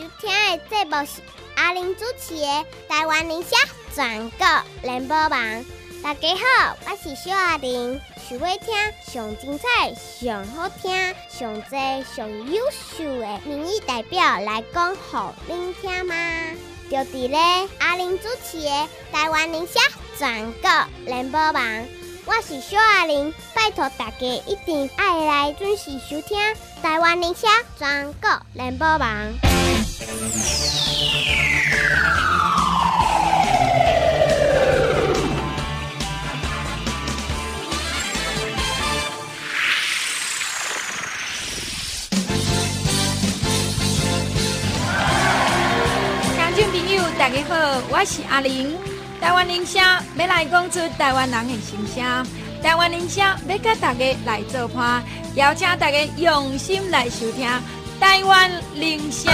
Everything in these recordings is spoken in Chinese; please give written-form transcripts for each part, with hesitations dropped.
收听的节目是阿玲主持的《台湾人社全国联播网》。大家好，我是小阿玲，想要听上精彩、上好听、上多、上优秀的民意代表来讲予恁听吗？就伫咧阿玲主持的《台湾人社全国联播网》。我是小阿玲，拜托大家一定要来准时收听台湾人社全国联播网。 听众朋友，大家好，我是阿玲。台湾人社要来讲出台湾人的心声，台湾人社要甲大家来做伴，邀请大家用心来收听台湾人社。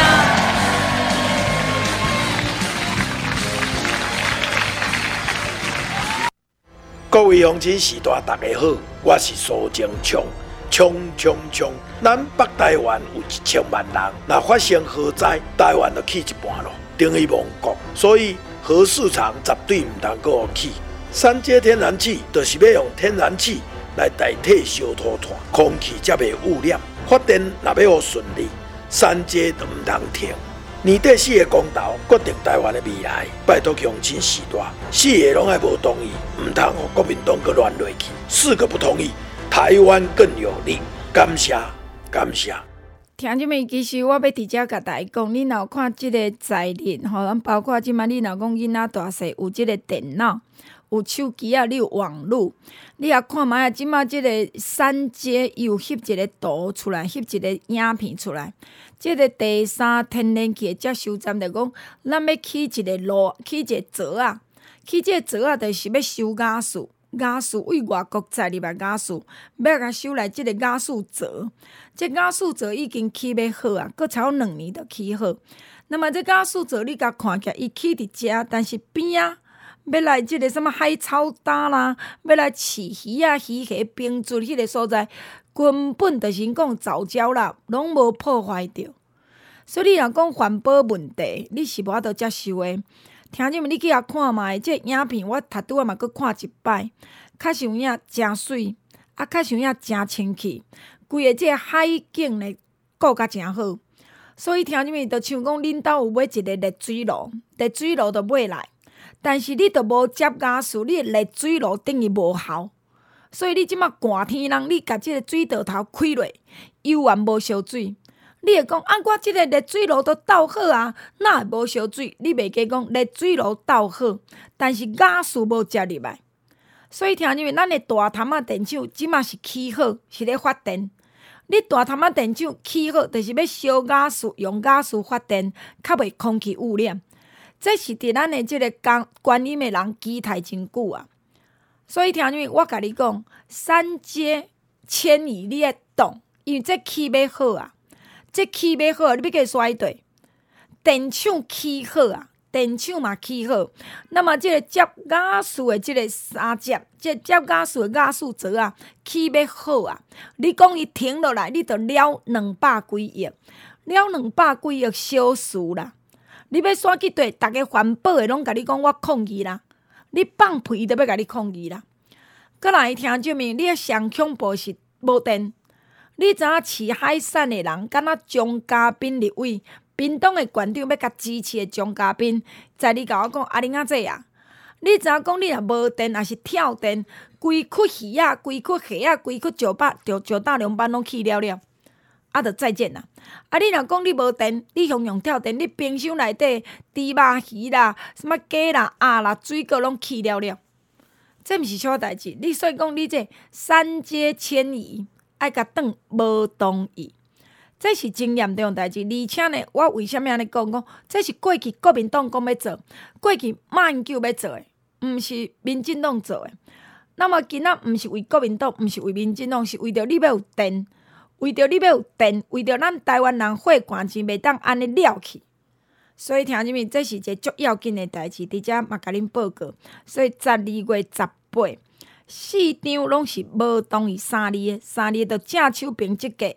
各位乡亲时代，大家好，我是苏贞昌。咱北台湾有1000万人，若发生核灾，台湾就起一半咯，等于亡国。所以核市场绝对唔通搁起。三阶天然气就是要用天然气来代替烧土炭，空气才袂污染。发电若要顺利，三阶就唔通停。年底4个公投决定台湾的未来，拜托乡亲时代，4个拢爱无同意，唔通互国民党搁乱落去。4个不同意，台湾更有利。感谢。 听众们，其实我要直接甲大家讲，你若有看即个财力吼，咱包括即摆你若讲囡仔大细有即个电脑、有手机啊，你有网络，你也看卖啊，即摆即个三阶又翕一个图出来，翕一个影片出来。即个第三天然气的接收站就讲，咱要起一个路，起一个槽啊，起即个槽啊，就是要收雅士。雅士为外国载入来雅士，要甲收来即个雅士槽。这雅士槽已经起要好啊，阁超2年就起好。那么这雅士槽你甲看起来，伊起伫遮，但是边啊要来即个什么海草搭啦，要来饲鱼啊、鱼虾冰住迄个所在，根本就是讲藻礁啦，拢无破坏着。所以你若讲环保问题，你是无法度接受的。听众们，你去遐看卖，即个影片我拄拄仔嘛，搁看一摆，较像影真水，啊，较像影真清气，规个即个海景咧顾甲真好。所以听众们，就像讲恁兜有买一个热水炉，热水炉就买来，但是你都无接雅士，你的热水炉等于无效。所以你即马寒天人，你甲即个水道头开落，油源无烧水。你会讲啊，我即个热水炉都斗好啊，哪会无烧水？你袂记讲热水炉斗好，但是雅士无接入来。所以听众们，咱的大潭仔电厂即马是起好，是咧发电。你大潭仔电厂起好，就是要烧雅士，用雅士发电，较袂空气污染。这是伫咱的即个观音的人期待真久啊。所以听众们，我甲你讲，三阶迁移你会动，因为这起要好啊。这起要好，你要给衰对。电厂起好啊，电厂嘛起好。那么，即个接雅士的即个三接，即接雅士的雅士槽啊，起要好啊。你讲伊停落来，你就了200几亿，了200几亿小事啦。你要选去对，逐个环保的拢甲你讲我抗议啦。你放屁，伊就要甲你抗议啦。搁来听众们，你上恐怖是无电。你知影饲海产的人，敢若张嘉宾立委，屏东的县长要甲支持的张嘉宾，在你甲我讲阿玲仔姐啊，你知影讲你若无电，也是跳电，规窟鱼啊，规窟虾啊，规窟石大凉板拢去了，啊，就再见啦。啊，你若讲你无电，你用跳电，你冰箱内底猪肉鱼啦、什么鸡啦、鸭啦、水果拢去了，这毋是小代志。你所以讲你这三阶迁移。爱甲转无同意，这是真严重代志。而且呢，我为虾米安尼讲？这是过去国民党讲要做，过去马英九要做的，毋是民进党做的。那么今仔毋是为国民党，毋是为民进党，是为着你要有电，为着你要有电，为着咱台湾人花汗钱袂当安尼了去。所以听众们，这是一个足要紧的代志，伫遮嘛甲恁报告。所以12月18。4张拢是无同意3字的，3字就正手平即个，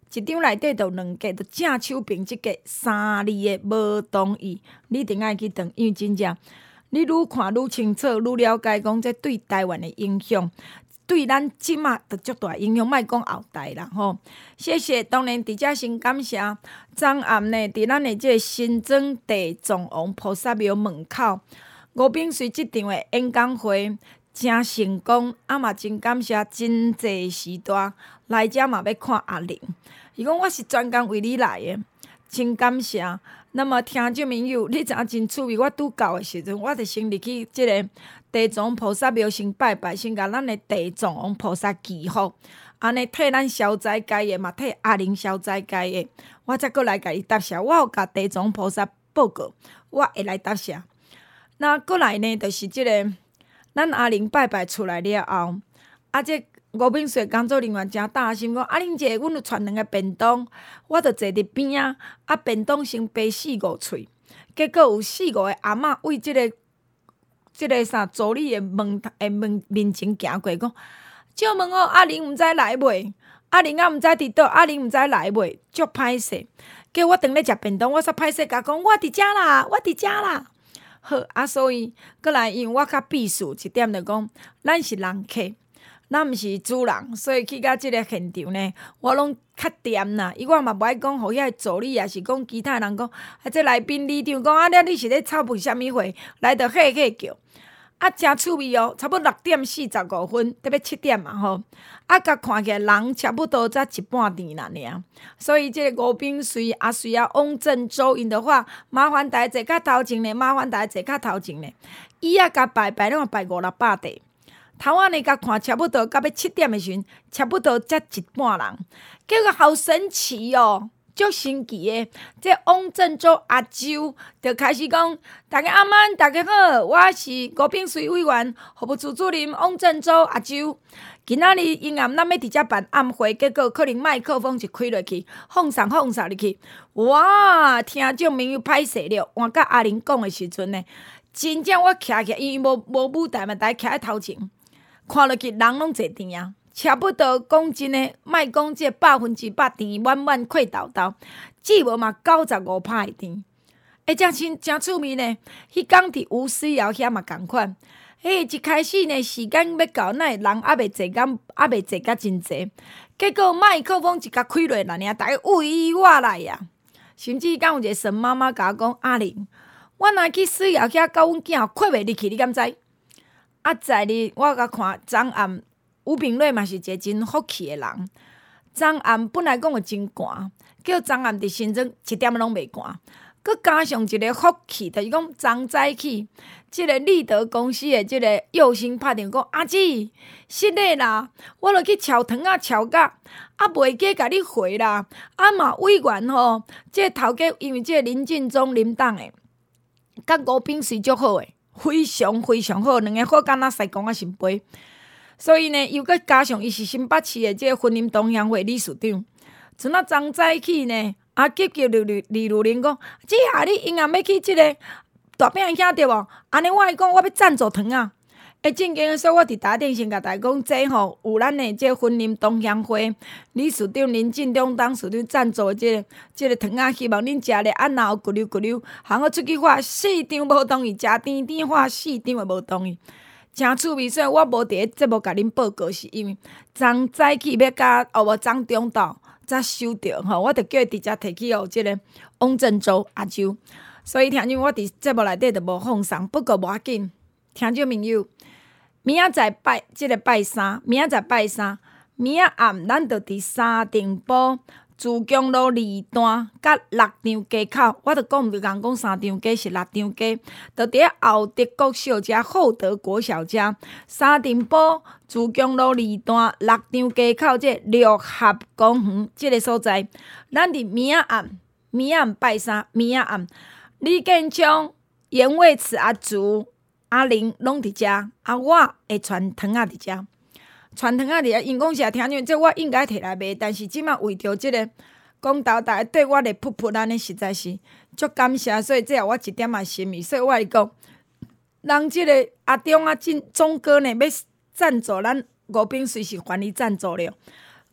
一张内底就2家，就正手边即个3字的无同意，你一定爱去转，因为真正你愈看愈清楚，愈了解讲这对台湾的影响。对咱即马就足大影响，莫讲后代啦吼。谢谢，当然伫遮先感谢昨暗呢，伫咱的即个新庄地藏王菩萨庙门口，吴炳随即场的演讲会真成功，嘛真感谢真济时代来遮嘛要看阿玲。伊讲我是专工为你来的，真感谢。那么听众朋友，你知影真趣味？我拄到的时阵，我就先入去即个地藏菩萨庙先拜拜，先甲咱的地藏王菩萨祈福，安尼替咱消灾解厄，嘛替阿玲消灾解厄。我才过来甲伊答谢，我有甲地藏菩萨报告，我会来答谢。那过来呢，就是即个咱阿玲拜拜出来了后，这吴炳水工作人员真大心，讲阿玲姐，阮有传2个便当，我就坐伫边啊，便当先掰4、5喙，结果有4、5个阿嬷为即个啥助理的门面前行过，讲借问哦，阿玲毋知来袂？阿玲啊，毋知伫倒？阿玲毋知来袂？足歹势。叫我当咧食便当，我煞歹势甲讲，我伫遮啦，我伫遮啦。好啊，所以过来，因为我较避暑一点，就讲咱是人客。咱毋是主人，所以去到即个现场呢，我拢较掂啦。我嘛无爱讲，互遐助理也是讲其他人讲，这来宾里长讲你是咧操办啥物会，来着嘿叫，真趣味哦。差不多6点45分，特别7点嘛吼。甲看起来人差不多才1半点啦尔。所以这个吴炳随汪正洲因的话，麻烦大家坐较头前咧，麻烦大家坐较头前咧。伊甲拜拜，拢拜500-600地。头仔呢，甲看差不多到要7点的时阵，差不多才1半人，结果好神奇哦，足神奇的。这汪正洲阿周就开始讲：大家晚安，大家好，我是吴炳随委员服务处主任汪正洲阿周。今仔日阴暗，咱要伫遮办暗会，结果可能麦克风就开落去，放送入去。哇！听众朋友歹势了，换甲阿玲讲的时阵呢，真正我徛起来，因为无舞台嘛，大家徛在头前。看落去，人拢坐甜啊，差不多讲真诶，莫讲这100%甜满满气豆豆，至无嘛95%的甜。真趣味呢。迄天伫吴思瑶遐嘛共款。一开始呢，时间要到，哪会人还未坐甲真济？结果麦克风一甲开落啦，大家围我来呀。甚至敢有一个孙妈妈甲我讲：阿玲，我若去思瑶遐甲阮囝看袂入去，你敢知？在日我甲看昨暗，吴炳瑞嘛是一个真福气的人。昨暗本来讲有真寒，叫昨暗伫新庄1点拢袂寒，佮加上一个福气，就是讲昨早起，即个立德公司的即个佑星拍电话讲：阿姊，失礼啦，我落去炒糖仔炒甲，袂记甲你回啦。嘛委员吼，即个头家因为即个林进忠林党的，甲吴炳随足好诶。非常非常好，2个好敢若西公仔新杯。所以呢，又佮加上伊是新北市的即个婚姻同乡会理事长。从昨早起呢，急李如玲讲：姐啊，你阴暗要去即个大饼遐对无？安尼我会讲，我要赞助糖啊。正经的说，我伫打电先甲大家讲，这吼有咱的这婚姻同乡会理事长林进忠董事长赞助的这个糖仔，希望恁食咧若有咕溜，行我出去发4张无同意，食甜甜发4张也无同意，真趣味。所以我无伫咧节目甲恁报告，是因为昨早起要甲无昨中昼才收到吼，我就叫伊直接摕去即个汪正洲阿周。所以听众我伫节目内底就无放送，不过无要紧，听众朋友。明仔载拜拜三，明仔暗咱就伫三重埔自强路2段甲6张街口，我著讲毋着共讲3张街是6张街，就伫后德国小遮厚德国小遮三重埔自强路2段6张街口这六合公园即个所在，咱伫明仔暗拜三，明仔暗李建昌、严卫慈阿祖。阿玲拢伫遮，我会传糖仔伫遮，传糖仔伫遮。因讲是听见，这我应该摕来卖，但是即马为着即个公道，大家对我的噗安尼实在是足感谢，所以这也我一点仔心意。所以我会讲，人即个阿中啊，总哥呢要赞助咱吴炳随是愿意赞助了。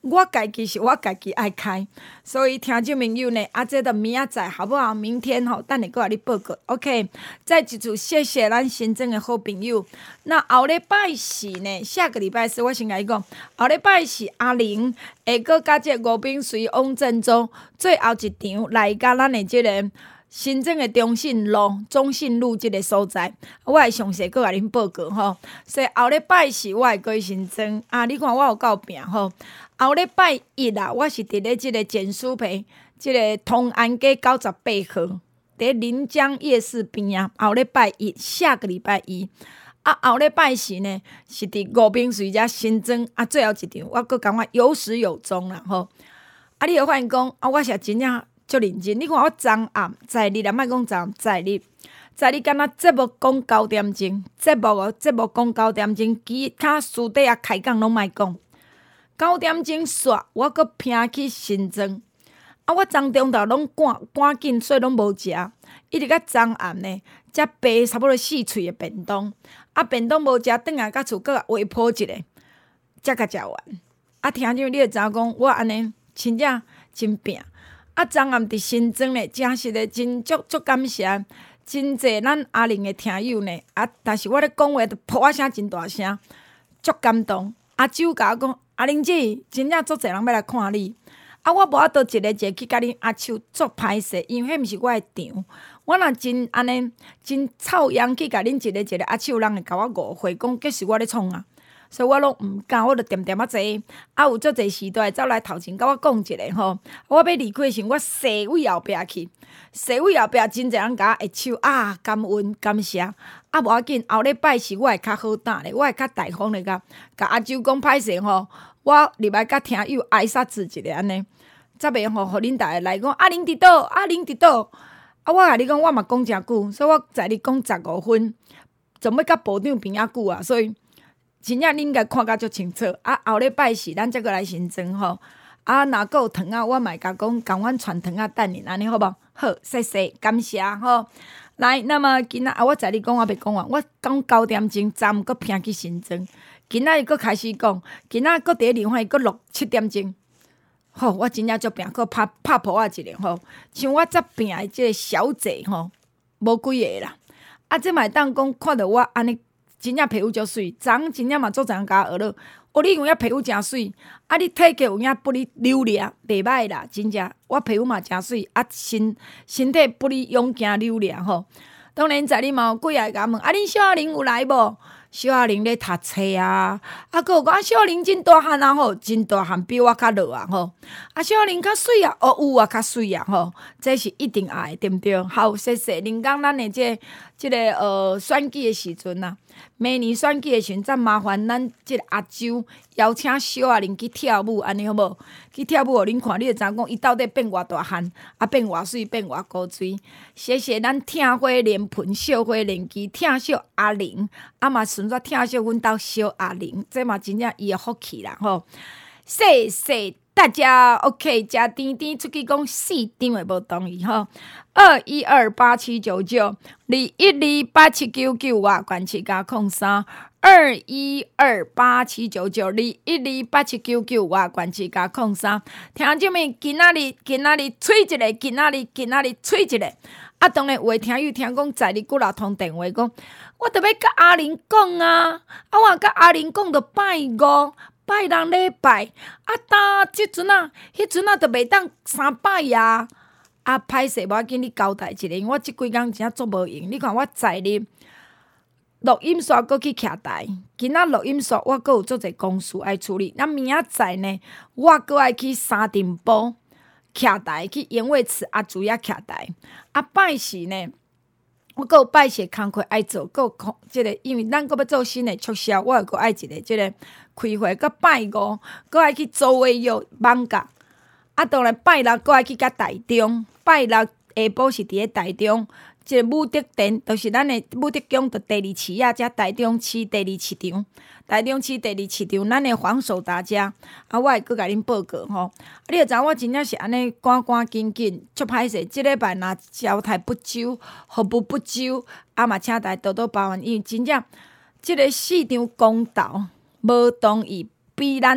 我家己是我家己爱开，所以听众朋友呢，这就明仔载好不好？明天等下过来你报告 ，OK。再一次谢谢咱新增的好朋友。那后礼拜四呢，下个礼拜四我先甲你讲，后礼拜四阿玲会搁甲这吴炳随、汪振洲最后一场来甲咱的这个新增的中信路这个所在，我会详细搁甲恁报告吼。所以后礼拜四我会搁新增你看我有够拼吼。后礼拜一我是伫咧即个简书培，即个同安街98号，伫临江夜市边啊。后礼拜一，下个礼拜一后礼拜四呢，是伫吴炳随遮新增最后一场，我搁感觉有始有终啦吼。你会发现讲我是真正足认真。你看我昨暗在日莫讲昨暗在日敢若节目讲9点钟，节目讲9点钟，其他私底下开讲拢莫讲。9点钟煞，我搁拼去新庄。我昨中昼拢赶紧，所以拢无食。一直到昨暗呢，才爬差不多4喙的便当。便当无食，转来甲厝搁下铺一个，才甲食完。听众你会知影讲，我安尼真正真拼。昨暗伫新庄呢，真实的真足感谢，真济咱阿玲的听友呢。但是我咧讲话，就噗啊声真大声，足感动。舅甲我讲。阿玲姐，真正足侪人要来看你。我无法度一个去甲恁阿秋足歹势，因为迄毋是我的场。我若真安尼真臭样去甲恁一个阿秋，人会甲我误会，讲计是我咧创啊。所以我拢毋敢，我就点坐。有足侪时代走来头前甲我讲一下吼。我要离开时，我坐位后壁去，坐位后壁真侪人甲我会手感恩感谢。无要紧，后礼拜四我会较好胆咧，我会较大方咧甲阿舅讲歹势吼。我入来甲听友挨杀字一个安尼，则袂互恁逐个来讲阿玲伫倒，阿玲伫倒。我甲你讲，我嘛讲诚久，所以我在你讲15分，总要甲部长边仔久啊，所以。真正恁应该看甲足清楚。后礼拜四咱则过来新庄吼。若阁有糖我嘛会甲讲，共阮传糖等恁，安尼好无？好，谢谢，感谢吼。来，那么今仔我知你讲，我袂讲完。我讲9点钟，昨搁拼去新庄。今仔日搁开始讲，今仔搁伫咧莲花搁录7点钟。吼，我真正足拼，搁拍破一个吼。像我则拼的即个小姐吼，无几个啦。即嘛会当讲看到我安尼。真正皮肤足水，昨真正嘛足侪人甲我学了。你有影皮肤诚水，你体格有影不哩溜咧，袂歹啦，真正。我皮肤嘛诚水，身体不哩勇健溜咧吼。当然在你嘛有几个甲问，恁小阿玲有来无？小阿玲咧读册啊，佫有讲小阿玲真大汉啊吼，真大汉比我较落啊吼。小阿玲较水啊，有啊较水啊吼，这是一定爱，对毋对？好，谢谢。临港咱的即个选举的时阵啊，明年选举的时阵，再麻烦咱即个阿周邀请小阿玲去跳舞，安尼好无？去跳舞，互恁看，你就知影讲伊到底变偌大汉，变偌水，变偌古锥。谢谢咱听花莲盆秀花莲基听秀阿玲，嘛顺续听秀阮兜小阿玲，这嘛真正伊的福气啦吼。谢谢大家 ，OK， 食甜甜出去讲4张的无同意吼。212879921287999外关七加03。212879921287999外关七加03。听众们，今仔日吹一个，今仔日吹一个。当然有的听友听讲，在日几若通电话讲，我著要甲阿玲讲啊，我甲阿玲讲著拜5。拜人礼拜，即阵迄阵著袂当3拜啊！歹势，无要紧，你交代一下，因为我即几工真正足无用。你看我在日录音线搁去徛台，今仔录音线我搁有足侪公事爱处理。那明仔载呢，我搁爱去三重埔徛台，去演卫祠主要徛台。拜四呢，我搁有拜四工课爱做，搁有即个，因为咱搁要做新的促销，我搁爱一个即个。开会，搁拜5，搁爱去做位约网甲。当然拜6，搁爱去甲台中。拜6下晡是伫咧台中，即个武德殿，就是咱的武德宫的第2市啊，遮台中市第2市场。台中市第2市场，咱的黄守达遮，我会搁甲恁报告吼。你就知我真正是安尼赶紧，足歹势。即礼拜若交代不周，服务不周，嘛请大家多多包涵，因为真正即个市场公道。无同意，比咱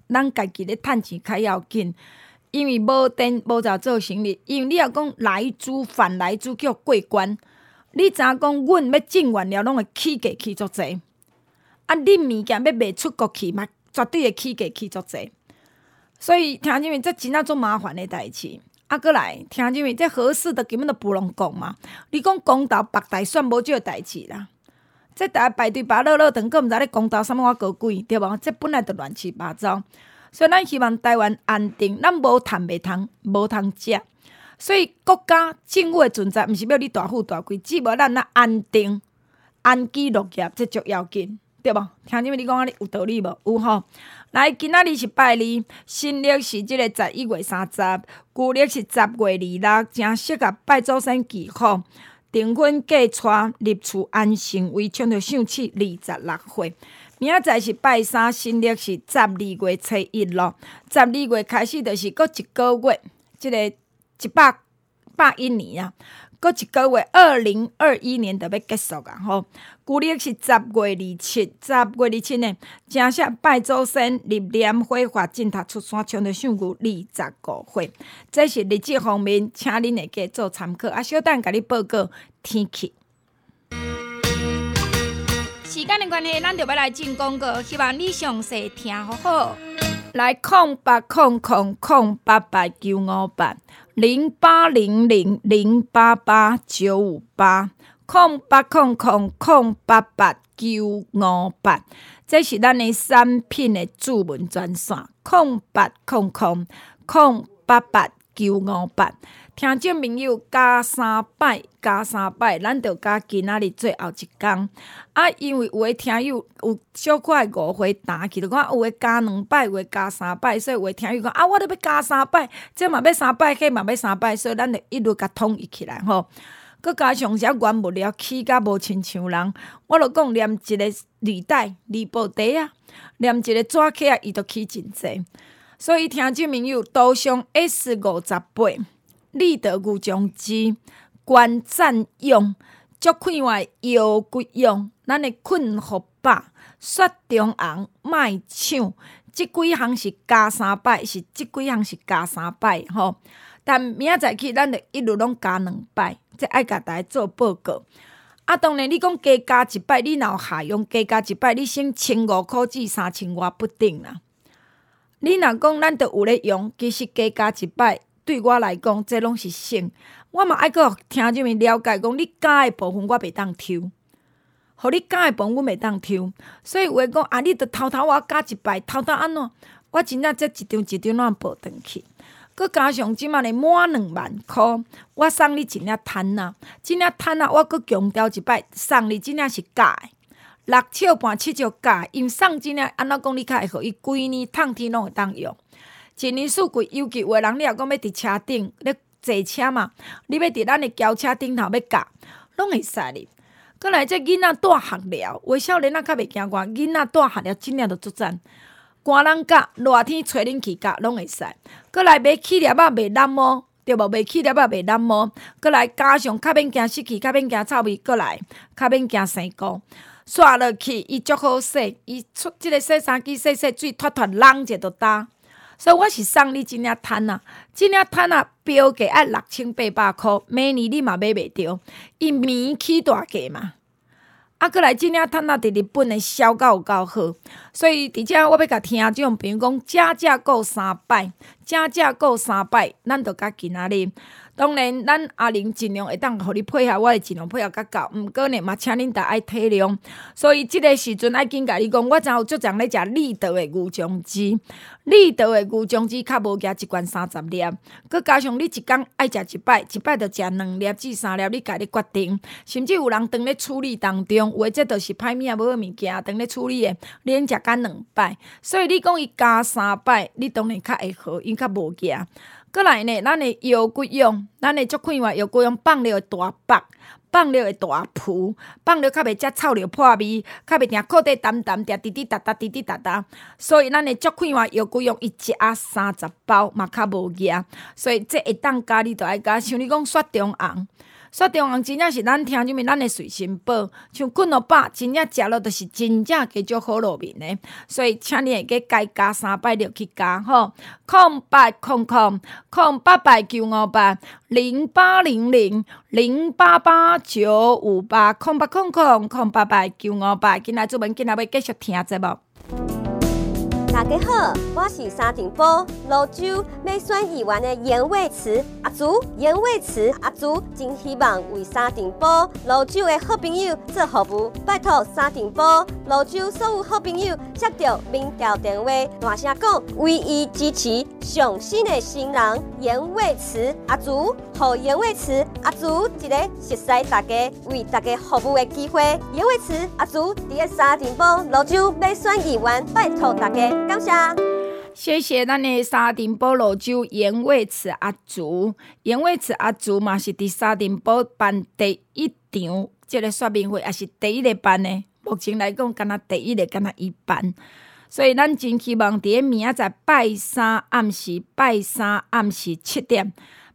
咱家己咧趁钱较要紧，因为无电无照做生意。因为你若讲来猪反来猪叫过关，你知影讲阮要进原料拢会起价起足济，啊，你物件要卖出国去嘛，绝对会起价起足济。所以听姐妹，这真正做麻烦的代志。啊，过来听姐妹，这合适的根本都不能讲嘛。你讲公道白大算无这个代志啦。这大家排队排乐长，佫毋知咧公道啥物高贵，对无？这本来就乱七八糟。所以咱希望台湾安定，咱无趁袂通，无通食。所以国家政府的存在，毋是要你大富大贵，只无咱安定、安居乐业，这足要紧，对无？听姐妹，你讲安尼有道理无？有吼。来，今仔日是拜二，新历是即个11月30，旧历是10月26，正适合拜祖先祈福、订婚嫁娶、入厝安成为唱着相气26岁。明仔载是拜三，新历是12月初1咯。12月开始就是搁一个月，即个101年啊，搁一个月，2021年就要结束啊吼。旧历是10月27，10月27呢，正式拜祖先、入殓、火化、进塔出山，唱着相牛25岁。这是日子方面，请恁会记做参考。啊，小等甲你报告天气。时间的关系，咱就要来进广告，希望你详细听好好。来0800-088-958，0800-088-958，这是咱的产品的主文专线，0800-088-958。听众朋友加3摆，咱就加今仔日最后一天。啊，因为有的听友有小可的误会打去，就讲有的加2摆，有的加3摆，所以有的听友讲啊，我都要加3摆，这嘛要3摆，迄嘛要3摆，所以咱就一律甲统一起来吼。佮加上些原物料起甲无亲像人，我就讲念一个履带、履布袋啊，念一个纸壳啊，伊都起真济。所以听众朋友，图上 S58。立德牛酱汁、关赞用、足快活腰骨用，咱的困福饱、雪中红、麦抢，即几项是加3摆，吼。但明仔载起，咱就一律拢加2摆，这爱甲大家做报告。啊，当然你讲加1摆，你若有下用加1摆，你省1500块至3000外不等啦。你若讲咱就有咧用，其实加1摆。对我来讲，这拢是省。我嘛爱搁听众们了解，讲你加的部分我袂当抽，互你加的部分我袂当抽。所以有诶讲啊，你着偷我加1摆，偷安怎？我真正这一张拢报转去。佮加上即满的满2万箍，我送你一领毯啊！这领毯啊，我搁强调1摆，送你真正是假的，6尺半7尺假的。因为送这领安怎讲，你较会互伊规年烫天拢会当用。一年四季，尤其有的人，你若讲要伫车顶咧坐车嘛，你要伫咱的轿车顶头要夹，拢会使哩。过来，这囡仔带学了，有的少年仔较袂惊寒，囡仔带学了真正就足赞。寒人夹，热天吹冷气夹，拢会使。过来买起粒仔袂染毛，对无？买起粒仔袂染毛。过来加上较免惊湿气，较免惊臭味，过来较免惊生菇。刷落去，伊足好洗，伊出即个洗衫机洗水脱脱，人者就干。所以我是送你这领毯啊，这领毯啊标价要6800块，每年你嘛买袂着，伊棉起大价嘛。啊，过来这领毯啊，伫日本的销价有够好，所以伫遮我要甲听众朋友讲，正够3摆，咱就甲今仔日。当然，咱阿玲尽量会当互你配合，我会尽量配合较够。毋过呢，嘛请恁大爱体谅。所以即个时阵爱紧甲你讲，我真有足常咧食立德的牛酱汁。立德的牛酱汁较无加1罐30粒，佮加上你一工爱食1摆，就食2粒至3粒，你家己决定。甚至有人当咧处理当中，有诶，这就是歹物啊，无好物件当咧处理诶，你免食甲2摆。所以你讲伊加3摆，你当然较会好，因较无惊。过来呢，咱的腰骨用，咱的足快活腰骨用放了的大腹，放了的大脯，放了较袂遮臭着破味，较袂定裤底澹澹，定滴滴答答。所以咱的足快活腰骨用伊1盒30包嘛较无额，所以这会当加你就爱加，像你讲雪中红。 雪中红真正是咱听什么咱的随身宝，像滚落饱，真正食落就是真正加足好路面的。所以请你会记该加3摆就去加吼，0800-088-958，088958，0888-958，今仔主文今仔要继续听节目。 大家好，我是沙丁堡泸州要选议员的严伟慈阿祖，真希望为沙丁堡泸州的好朋友做服务，拜托沙丁堡泸州所有好朋友接到民调电话，大声讲唯一支持上新的新人严伟慈阿祖，给严伟慈阿祖一个熟悉大家、为大家服务的机会。严伟慈阿祖伫沙丁堡泸州要选议员，拜托大家。感谢， 谢谢咱的沙丁堡泸州严伟慈阿祖。严伟慈阿祖嘛是伫沙丁堡办第一场这个说明会，也是第一个办的。目前来讲，敢若第一个，敢若伊办。所以咱真希望伫明仔载拜三暗时7点，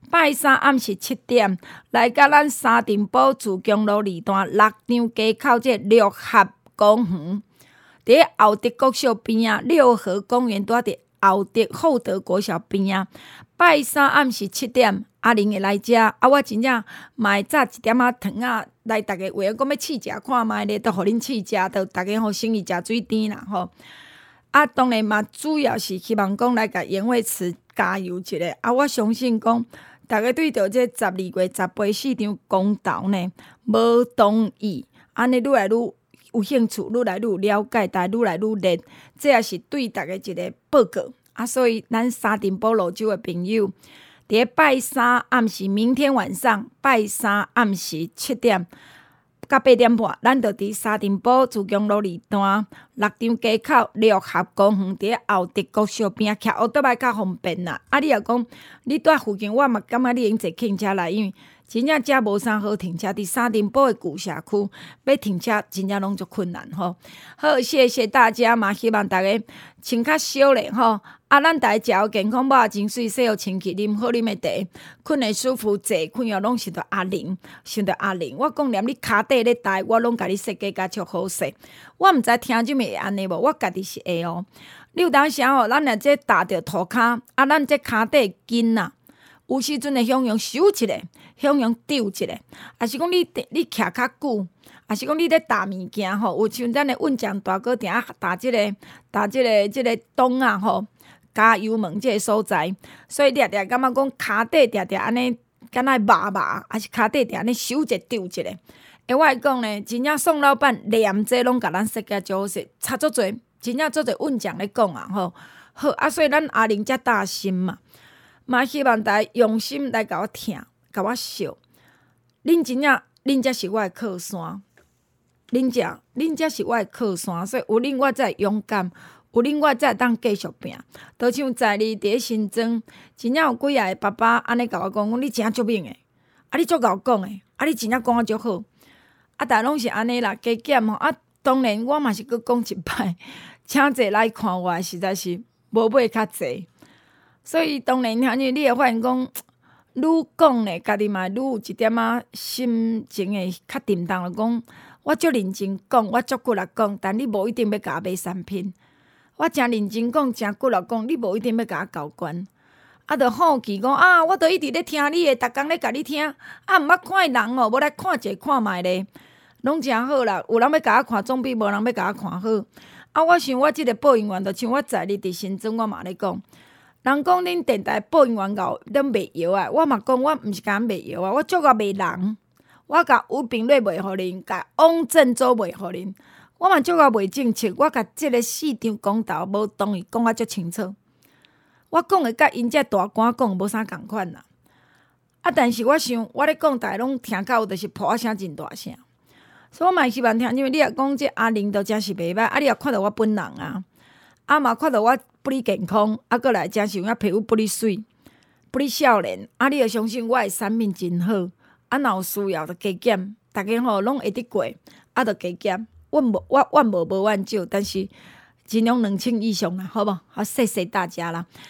来甲咱沙丁堡自强路2段6张街口这六合公园。伫后德国小边啊，六合公园拄伫厚德国小边啊。拜三暗时7点，阿玲会来遮，我真正嘛会早一点仔糖啊，来逐个话讲要试食看卖咧，都互恁试食，都逐个互生意食水甜啦吼。当然嘛，主要是希望讲来甲严伟慈加油一下。我相信讲，逐个对着这12月18市场公投呢，无同意，安尼愈来愈有兴趣，愈来愈有了解，但愈来愈热，这也是对大家一个报告。所以咱沙丁堡泸州的朋友，伫拜三暗时，明天晚上拜三暗时7点到8点半，咱就伫沙丁堡自强路2段6张街口六合公园，伫后德国小边徛奥特曼较方便啦。你若讲你住附近，我嘛感觉你用坐轻车来，因为真正遮无啥好停车，伫沙丁堡的旧社区要停车真正拢足困难吼。好，谢谢大家嘛，希望大家穿较少咧吼。咱大家食好健康，饱真水，洗好清气，啉好啉的茶，困会舒服，坐困后拢想到阿玲，我讲连你骹底咧台，我拢甲你设计甲足好势。我毋知听怎么会安尼无，我家己是会哦。你有当时吼，咱若这踏着涂骹，咱这骹底筋啊，有时阵会向收一下，向丢一下，还是讲你徛较久，还是讲你咧踏物件吼，有像咱的运将大哥定踏这个洞啊吼。加油门这个所在，所以常常感觉讲骹底常常安尼，敢若麻，还是骹底常安尼收一下丢一下。我会讲呢，真正宋老板连这拢甲咱设计足好势，差足侪，真正足侪运将咧讲啊吼。好所以咱阿玲遮大心嘛希望大家用心来甲我听，甲我笑。恁遮是我的靠山，恁遮是我的靠山，所以有恁我才会勇敢。有恁我才会当继续拼，就像在你伫新庄，真正有几个爸爸安尼甲我讲，你真足明诶，你足够讲诶，你真正讲啊足好，但拢是安尼啦，加减吼。当然我嘛是搁讲一摆，请者来看我，实在是无买较济，所以当然你会发现讲，愈讲咧，家己嘛愈有一点仔心情会较沉重，就讲我足认真讲，我足骨力讲，但你无一定要甲我买产品。我真认真讲，真骨力讲，你无一定要甲我交关，就好奇讲我就一直咧听你的，逐工咧甲你听，毋捌看人哦，无来看者看卖咧，拢真好啦。有人要甲我看，总比无人要甲我看好。我想我即个播音员，就像我在你伫新庄，我嘛咧讲，人讲恁电台播音员搞恁卖药啊，我嘛讲我毋是甲卖药啊，我足个卖人，我甲吴炳瑞卖互恁，甲汪振洲卖互恁。我嘛足个袂正确，我甲即个市场公投无同意讲啊足清楚。我讲的甲因遮大官讲无啥共款啦。但是我想，我咧讲，大家拢听到就是噗声真大声。所以我嘛希望听，因为你若讲这阿玲都真是袂歹，你若看到我本人嘛看到我不哩健康，过来真是有影皮肤不哩水，不哩少年，你就相信我的产品真好。若有需要就加减，大家吼拢会得过，就加减。阮无怨少，但是尽量2000以上啦，好无？好，谢谢大家啦。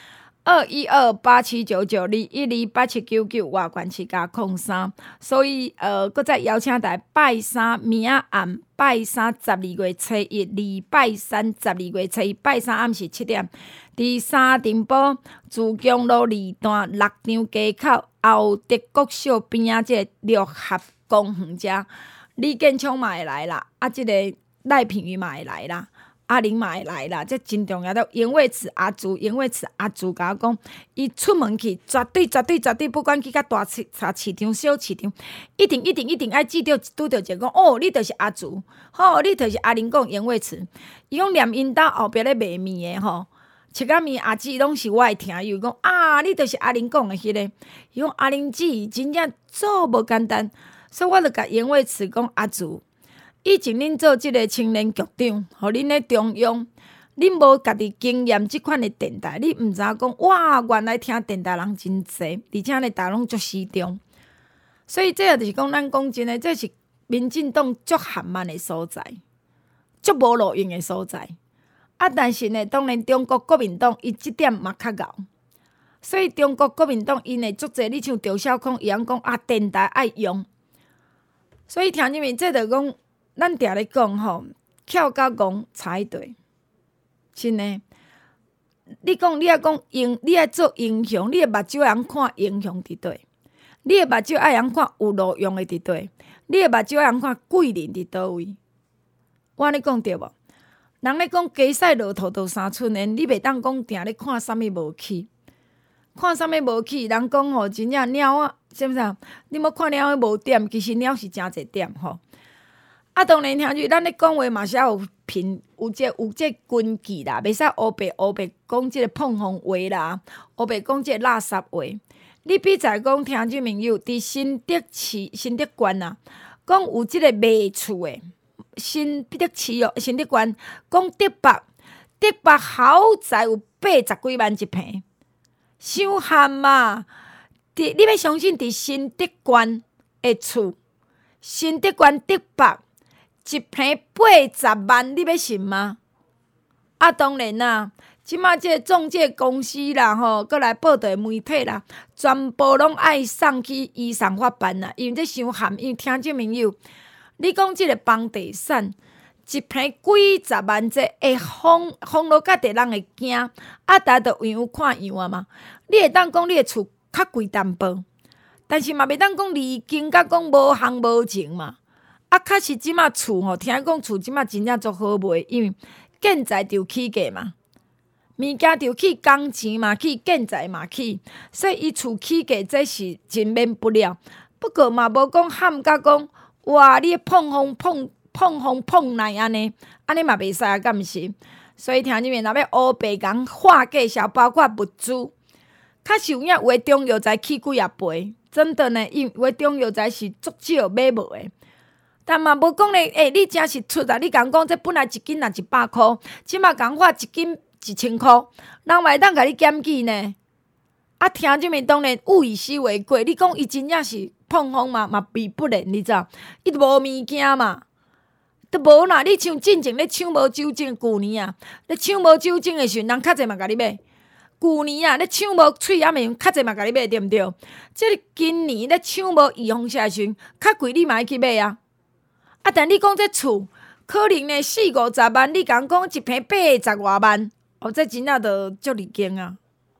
212879921287799外关市加03，所以搁再邀请大家拜三明仔暗，拜三12月初1，礼拜三12月初1，拜三暗时7点，伫沙丁堡自强路2段6张街口后德国小边仔即个六合公园遮，李建昌嘛会来啦，即个赖品妤嘛会来啦。阿玲嘛会来啦，这真重要。严伟慈阿祖甲我讲，伊出门去绝对，不管去到大市场、小市场，一定爱记着拄着一个讲，哦，你就是阿祖，你就是阿玲讲严伟慈。伊讲念因兜后壁咧卖面的切仔面阿姊拢是我的听友，讲啊，你就是阿玲讲的迄个。伊讲阿玲姊真正做无简单，所以我就甲严伟慈讲阿祖。以前恁做即个青年局长，互恁咧中央，恁无家己经验即款的电台，你毋知讲哇，原来听电台人真济，而且咧大拢足适中。所以这也就是讲，咱讲真诶，这是民进党足含慢的所在，足无路用的所在。但是呢，当然中国国民党伊即点嘛较敖，所以中国国民党因会足济，你像赵少康伊样讲电台爱用，所以听入面这就讲。咱常咧讲巧甲戆差一对，真诶。你讲你爱讲你爱做英雄，你诶目睭爱通看英雄伫对，你诶目睭爱通看有路用诶伫对，你诶目睭爱通看贵人伫倒位。我安尼讲对无？人咧讲鸡屎落土都三寸烟，你袂当讲定咧看啥物无起，看啥物无起。人讲真正鸟啊，是毋是啊？你要看鸟无点，其实鸟是真侪点当然，听住咱咧讲话嘛是有有这根据啦，袂使黑白讲即个碰风话啦，黑白讲即个垃圾话。你比在讲听众朋友伫新德县啊，讲有即个卖厝的新德市新德县讲德北豪宅有80几万一坪，伤罕嘛！你要相信伫新德县的厝，新德县德北。一坪80万，你要信吗？当然啦，即马即个中介公司啦，搁来报道媒体啦，全部拢爱送去移送法办啦，因为这伤罕。因为听众朋友，你讲即个房地产一坪几十万，这会风落甲地人会惊，大家就样看样啊嘛。你会当讲你的厝较贵淡薄，但是嘛袂当讲离经甲讲无行无情嘛。确实即马厝听讲厝即马真正足好卖，因为建材就起价嘛，物件就起，工钱嘛起，建材嘛起，所以伊厝起价这是真免不了。不过嘛无讲喊甲讲，哇！你碰风来安尼嘛袂使啊，敢毋是？所以听入面若要黑白讲化价销，包括物资，确实有影有诶中药材起几啊倍，真的呢，因为有诶中药材是足少买无诶。但嘛无讲咧，你真是出啊！你讲这本来一斤也100块，即马讲话一斤1000块，人嘛会当甲你减记呢。听这面当然物以稀为贵，你讲伊真正是碰风嘛比不能，你知道？伊都无物件嘛，都无啦。你像进前咧抢无酒精，旧年啊，咧抢无酒精的时阵，人较济嘛甲你买。旧年啊，咧抢无喙仔面，较济嘛甲你买，对毋对？即个今年咧抢无预防射的时阵，较贵你嘛爱去买啊。但你讲这厝可能呢40-50万，你讲一坪80多万，这真正就足离经啊！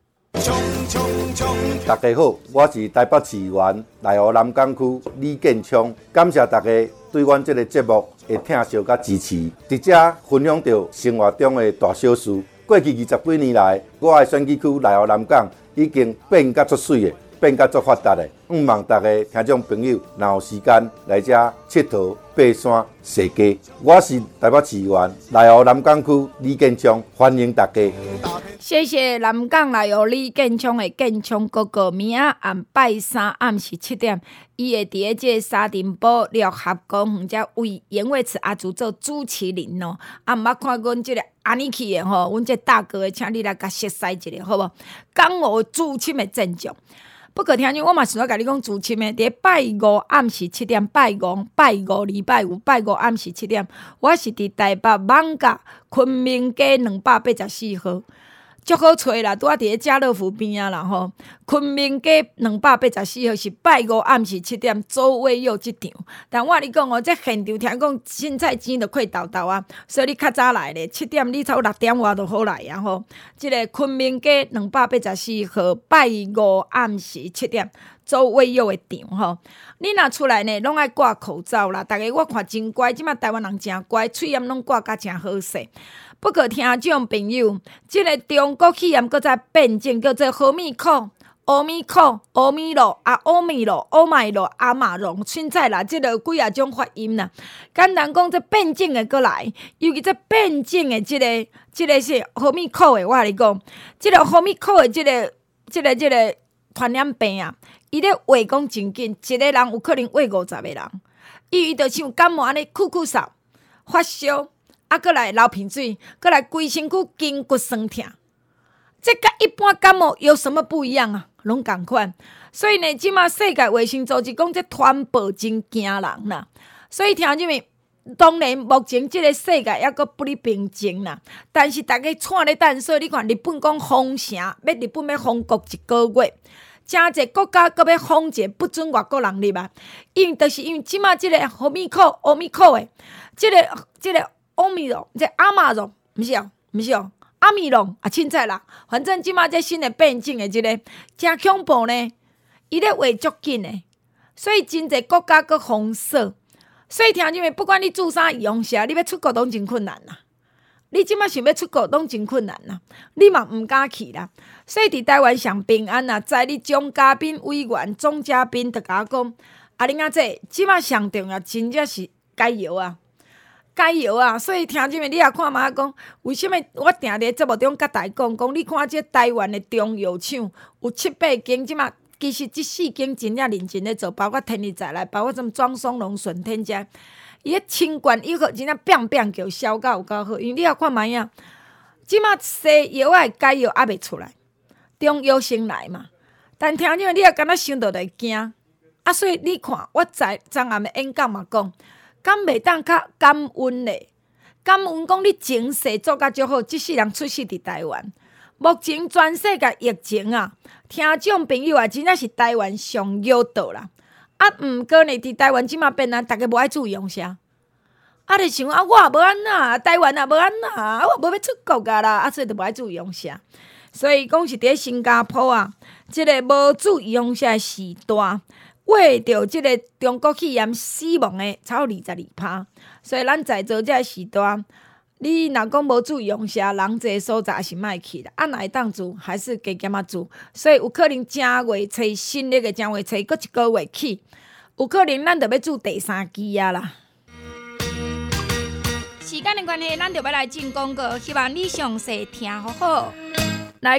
大家好，我是台北市议员内湖南港区李建昌，感谢大家对阮这个节目的听惜甲支持，伫遮分享到生活中的大小事。过去20几年来，我的选举区内湖南港已经变甲足水的。变甲足发达的，望大家听众朋友，若有时间来遮佚佗、爬山、踅街。我是台北市议员内湖南港区李建昌，欢迎大家。 谢谢南港内湖李建昌的建昌哥哥，明仔暗拜三暗时7点，伊会伫咧即个沙丁堡六合公园遮为严伟慈阿祖做主持人哦。毋捌看阮即个安尼去的吼，阮这大哥的，请你来甲熟悉一下，好无？港澳驻青的阵仗。不过听讲，我嘛想要甲你讲主持的，伫拜五暗时7点，拜五礼拜五暗时7点，我是伫台北艋舺昆明街284号。 足好找啦，拄仔伫咧家乐福边啊啦吼。昆明街284号是拜五暗时7点周卫佑这场，但我跟你讲哦，这现场听讲凊彩钱就快豆豆啊，所以你较早来咧，7点你差不多6点外就好来啊吼。这个昆明街284号拜五暗时7点周卫佑的场吼，你若出来呢，拢爱挂口罩啦。大家我看真乖，即马台湾人真乖，喙炎拢挂甲真好势。不过听众朋友，即个中国企业搁再变种，叫做何米克、欧米克、欧米罗、欧米罗、欧麦罗、阿马龙，凊彩啦，即个几种发音啦。简单讲，这变种的过来，尤其这变种的即个是何米克的，我跟你讲，即个何米克的即个传染病啊，伊咧话讲真紧，一个人有可能话50个人，伊就像感冒安尼，咳咳嗽、发烧。过来流鼻水，过来规身躯筋骨酸痛，这甲一般感冒有什么不一样啊？拢同款。所以呢，即马世界卫生组织讲这传播真惊人啦。所以听众们，当然目前这个世界还阁不离平静啦。但是大家喘咧等，所以你看日本讲封城，日本要封国1个月。真侪国家阁要封者，不准外国人入啊。因为即马即个欧米克的，即个。欧米龙，这阿马龙，毋是阿米龙啊，凊彩啦。反正即马这新的变种的即个真恐怖呢，伊咧话足紧的，所以真侪国家阁封锁。所以听众们，不管你做啥易用啥，你要出国拢真困难啦。你即马想要出国拢真困难啦，你嘛毋敢去啦。所以伫台湾上平安啦，在你钟嘉宾委员、总嘉宾就甲我讲，恁仔这即马上重要，真正是加油啊！加油啊！所以听众们，你也看嘛讲，为什么我定伫节目中甲大家讲，你看这台湾的中药厂有7、8间，即马其实这4间真正认真咧做，包括天利在内，包括什么庄松龙、顺天家，伊个清冠以后真正变叫销到有够好，因为你也看嘛呀，即马西药的解药还袂出来，中药先来嘛。但听众们，你也敢若想到会惊啊！所以你看，我昨暗的演讲嘛讲。敢袂当较感恩咧？感恩讲你前世做甲足好，即世人出世伫台湾。目前全世界疫情啊，听众朋友啊，真正是台湾上有道啦。毋过呢，伫台湾即马变啊，逐个无爱注意用啥。就想我也无安那，台湾也无安那，我无要出国噶啦，所以就无爱注意用啥。所以讲是伫新加坡啊，即个无注意用啥时代。为着即个中国肺炎死亡的超22%，所以咱在座这个时代，你若讲无注意用啥，人济所在也是莫去啦。若会当住，还是加减啊住。所以有可能正月初新历的正月初，搁1个月起，有可能咱就要住第3期啊啦。时间的关系，咱就要来进广告，希望你详细听好好。来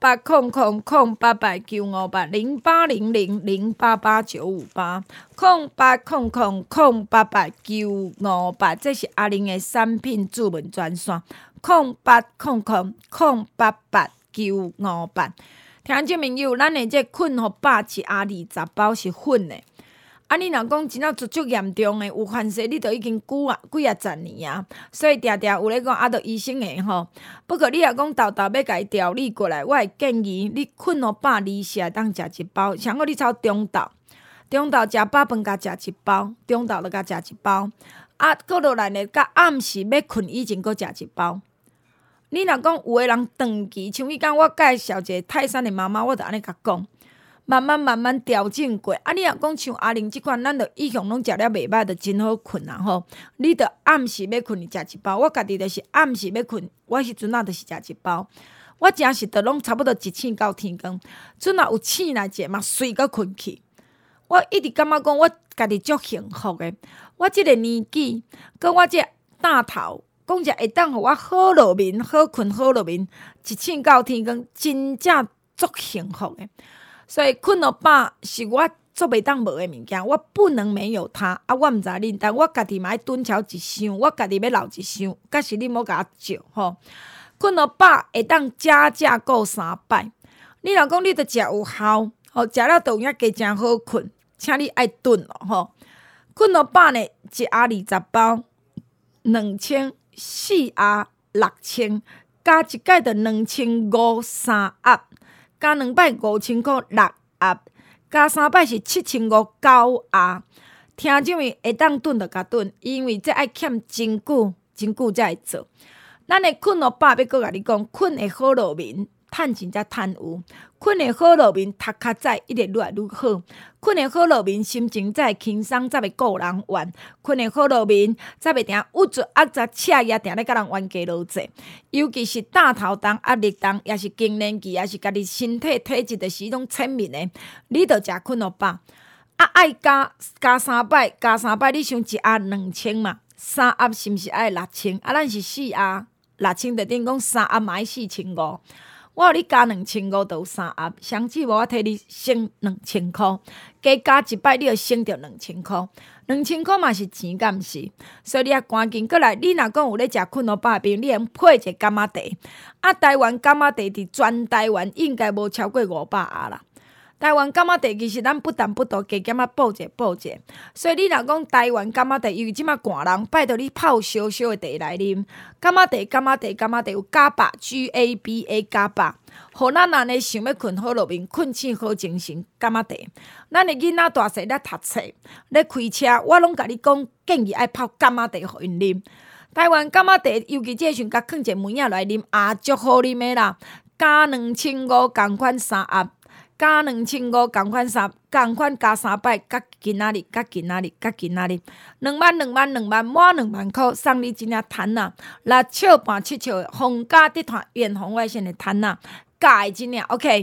0800-088-958，0800-088-958，这是阿玲的产品主文专线0800-088-958。听众朋友，咱的这困福巴是20包是粉的。你若讲真正足严重的，有反射，你都已经几啊10年啊，所以定定有咧讲，着医生的吼。不过你若讲豆豆要甲伊调理过来，我会建议你困了饱2下当食1包，上好你炒中昼食饱饭甲食1包，中昼就甲食1包，过落来呢，甲暗时要困以前阁食1包。你若讲有的人长期，像迄天我介绍一个泰山的妈妈，我就安尼甲讲。慢慢调整过，你若讲像阿玲即款，咱着以前拢食了袂歹，着真好困啊吼。你着暗时要困，食1包。我家己着是暗时要困，我迄阵着是食1包。我真是着拢差不多1醒到天光，阵若有醒来者嘛，随个困去。我一直感觉讲，我家己足幸福的。我即个年纪，跟我这大头，讲者会当互我好落眠、好困、好落眠，1醒到天光，真正足幸福的。所以困了饱是我做袂当无的物件，我不能没有它。我毋知恁，但我家己嘛爱蹲超一箱，我家己要留一箱，假使你莫甲我借吼。困了饱会当加顾3摆。你若讲你着食有效，食了就有影加真好困，请你爱蹲咯吼。困了饱呢，1盒20包，2000，4盒6000， 加一届就2500盒，加2摆5000块6盒，加3摆是7500 9盒。听众们会当顿就甲顿，因为这爱欠真久才会做。咱的困乐爸要阁甲你讲，困的好路面，趁钱才趁有；困的好路面，读较早一直愈来愈好；困的好路面，心情才会轻松，才袂顾人怨；困的好路面，才袂定郁卒压杂赤也定咧甲人冤家路济。尤其是大头重、压力重，也是更年期，也是家己身体体质的时拢浅面的，你着食困乐爸。爱加3摆，加3摆，你想1盒2000嘛？3盒是毋是爱6000？咱是4盒6000，就等于讲3盒嘛爱4500。我互你加2500，就有3盒，相姊无我替你省2000箍，加1摆你就省着2000箍，2000箍嘛是钱，敢毋是？所以你也赶紧过来，你若讲有咧食困乐爸的朋友，你用配一个柑仔茶。台湾柑仔茶伫全台湾应该无超过500盒啦。台湾柑仔茶其实咱不但不多，加减仔补者，所以你若讲台湾柑仔茶，因为即马寒人，拜托你泡烧烧的茶来啉。柑仔茶有GABA GABA，互咱安尼想要困好落眠，困醒好精神。柑仔茶，咱的囡仔大细咧读册咧开车，我拢甲你讲，建议爱泡柑仔茶互因啉。台湾柑仔茶，尤其这时阵，甲放一个梅仔来啉，足好啉的啦。加2500共款3盒。加2500共款共款加3摆，甲今仔日2万，满2万箍，送你一领毯仔，6笑半7笑的皇家集团远红外线的毯仔，加的一领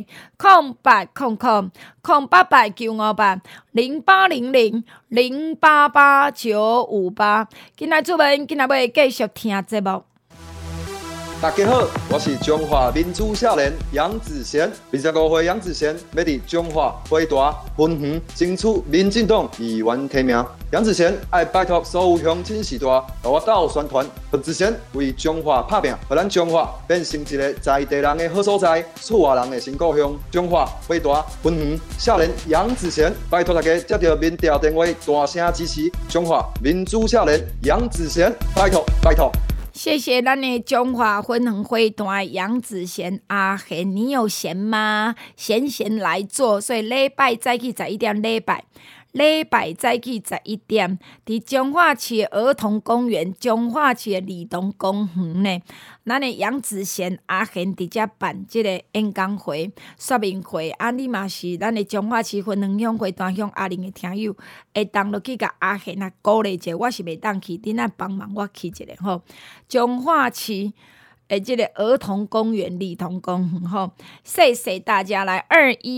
OK。0800-0800-088958，今仔主文，今仔要继续听节目。 大家好，我是中华民主少年杨子贤，25岁杨子贤要伫中华回大分园争取民进党议员提名。杨子贤爱拜托所有乡亲时代，和我斗宣传，杨子贤为中华打拼，让咱中华变成一个在地人的好所在，厝外人的新故乡。中华回大分园少年杨子贤，拜托大家接到民调电话，大声支持中华民主少年杨子贤，拜托。 谢谢咱的中华分园会团杨子贤阿贤，你有闲吗？闲来做，所以礼拜早起11点，礼拜早起11点，伫彰化市的儿童公园、彰化市的儿童公园呢，咱的杨子贤阿贤伫遮办即个演讲会、说明会。你嘛是咱的彰化市分园乡会团乡阿玲的听友，会当落去甲阿贤鼓励者，我是袂当去，恁仔帮忙我去一下吼。彰化市即个儿童公园、儿童公园吼，谢谢大家来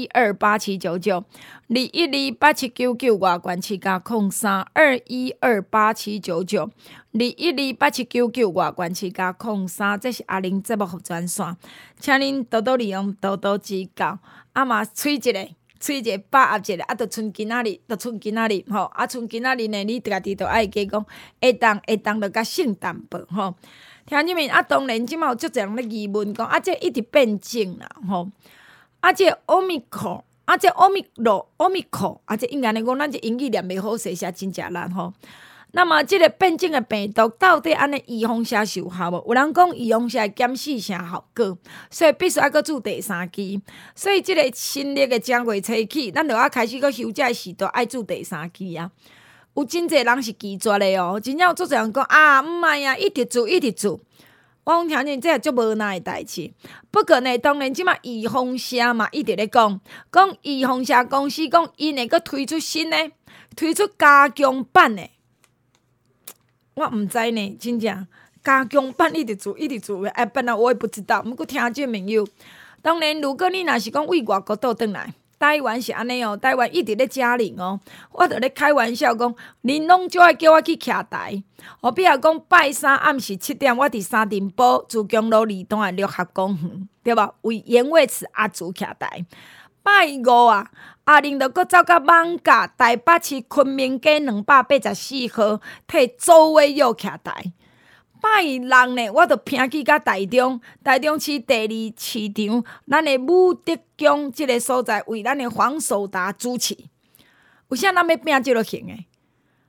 2128799，2128799外关市加03，2128799，2128799外关市加03，这是阿玲节目服专线，请恁多多利用，多多指教。嘛吹一个把握一个，就剩今仔日吼，剩今仔日呢，你家己就爱加讲，会当就甲性淡薄吼。听你们当然即马有足侪人咧疑问讲，这一直变种啦吼，这奥密克，这奥密克，这应该来讲，咱这英语念袂好势，写真正难吼。那么这个变种的病毒到底安尼预防啥有效无？有人讲预防啥减死啥效果，所以必须要搁注第3期。所以这个新历的正月初起，咱就要开始搁休假的时代爱注第3期啊。有真侪人是拒绝的哦，真正有足侪人讲毋爱啊，一直做。我讲听见这也足无奈的代志。不过呢，当然即马预防社嘛一直咧讲预防社公司讲因会搁推出新的，推出加强版的。我毋知呢，真正加强版一直做，本来我也不知道。毋过听这朋友，当然如果你若是讲为外国倒转来。台湾是安尼哦，台湾一直咧加零哦，我著咧开玩笑讲，恁拢就爱叫我去徛台。比如讲拜3暗时7点，我伫沙尘堡自强路2段的六合公园，对吧？为盐味池阿祖徛台。拜5啊，阿玲著搁走到艋舺台北市昆明街284号，替周伟佑徛台。拜6呢，我著拼去甲台中市第2市场，咱的武德宫即个所在为咱的黄守达主持。为啥咱要拼即落行的？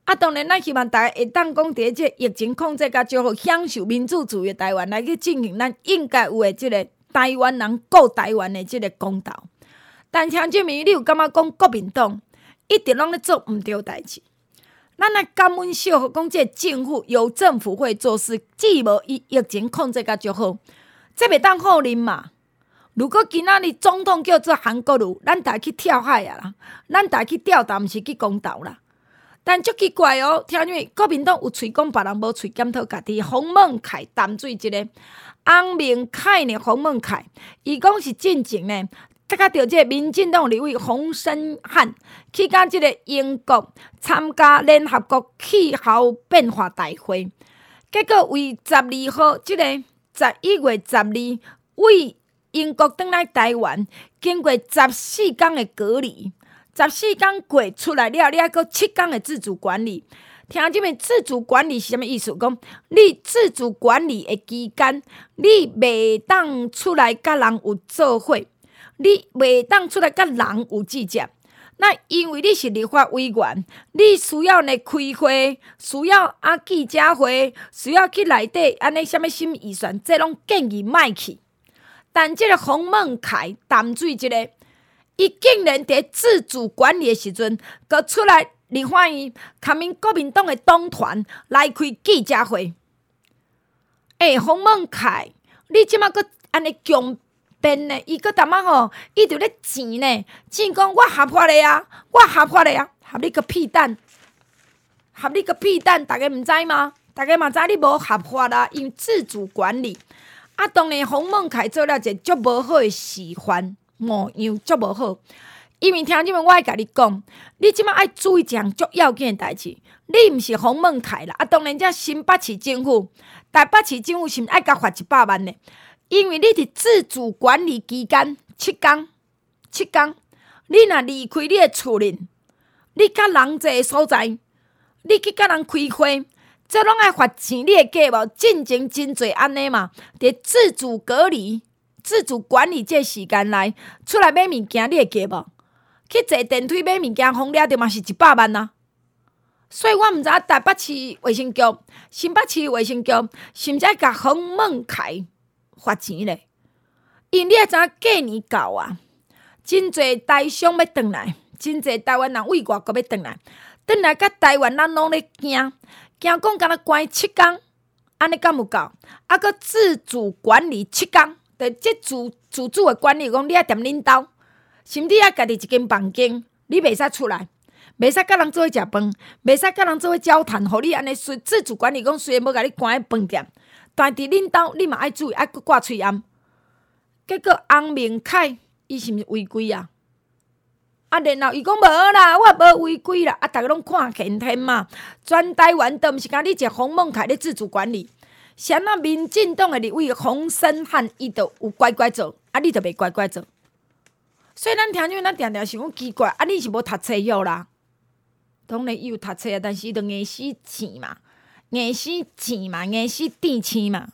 当然，咱希望大家会当讲伫即疫情控制甲最好，享受民主自由的台湾来去进行咱应该有的即个台湾人顾台湾的即个公道。但听这面，你有感觉讲国民党一直拢咧做毋对代志？咱来感恩小好讲，即个政府有政府会做事，既无疫情控制甲最好，这袂当好啉嘛。如果今仔日总统叫做韩国瑜，咱大家去跳海啊啦，咱大家去吊打，毋是去公道啦。但足奇怪哦，听见没？国民党有喙讲别人无喙检讨家己。洪孟凯淡水一个翁明凯呢，洪孟凯，伊讲是进前呢，甲着即个民进党立委洪申翰去甲即个英国参加联合国气候变化大会，结果为12号，即个11月12为英国转来台湾，经过14天的隔离。14天过出来了，你还阁7天的自主管理。听即面自主管理是啥物意思？讲你自主管理的期间，你袂当出来甲人有做伙，你袂当出来甲人有计较。那因为你是立法委员，你需要来开会，需要记者会，需要去内底安尼啥物新预算，这拢建议莫去。但即个洪孟凯淡水一个。伊竟然伫自主管理的时阵，佮出来立法院，卡民国民党的党团来开记者会。洪孟凯，你即马佮安尼强辩呢？伊佮淡仔吼，伊就咧钱呢，钱讲我合法的啊，我合法的啊，合你个屁蛋，合你个屁蛋，大家毋知吗？大家嘛知你无合法啊，因为自主管理。当然洪孟凯做了一个足无好的示范。模样足无好，因为听即面我爱甲你讲，你即摆爱注意一项足要紧的代志。你毋是洪孟凯啦，当然这新北市政府，台北市政府是毋是爱甲罚100万呢？因为你伫自主管理期间7天，你若离开你的厝里，你甲人济的所在，你去甲人开会，这拢爱罚钱，你会记无？进前真侪安尼嘛，伫自主隔离。自主管理这时间内出来买物件，你会记无？去坐电梯买物件，红掠着嘛是100万啊！所以我毋知台北市卫生局、新北市卫生局是毋是爱甲洪孟凯罚钱咧？因你会知影过年到啊，真侪台商要转来，真侪台湾人为外国要转来甲台湾人拢咧惊讲敢若关7天，安尼敢有够？佮自主管理7天。就即自主的管理，讲你爱踮恁兜，甚至爱家己一间房间，你袂使出来，袂使甲人做伙食饭，袂使甲人做伙交谈，互你安尼自主管理，讲虽然无甲你关喺饭店，但伫恁兜你嘛爱注意，爱搁挂喙暗。结果翁明凯伊是毋是违规啊？然后伊讲无啦，我无违规啦，逐个拢看天天嘛，全台湾都毋是甲你一个洪孟凯咧自主管理。啥那民进党的立委洪申翰，伊就有乖乖做，你就袂乖乖做。所以咱听见咱常常想讲奇怪，你是无读册哟啦？当然伊有读册啊，但是伊就硬死钱嘛，硬死钱嘛，硬死电钱嘛。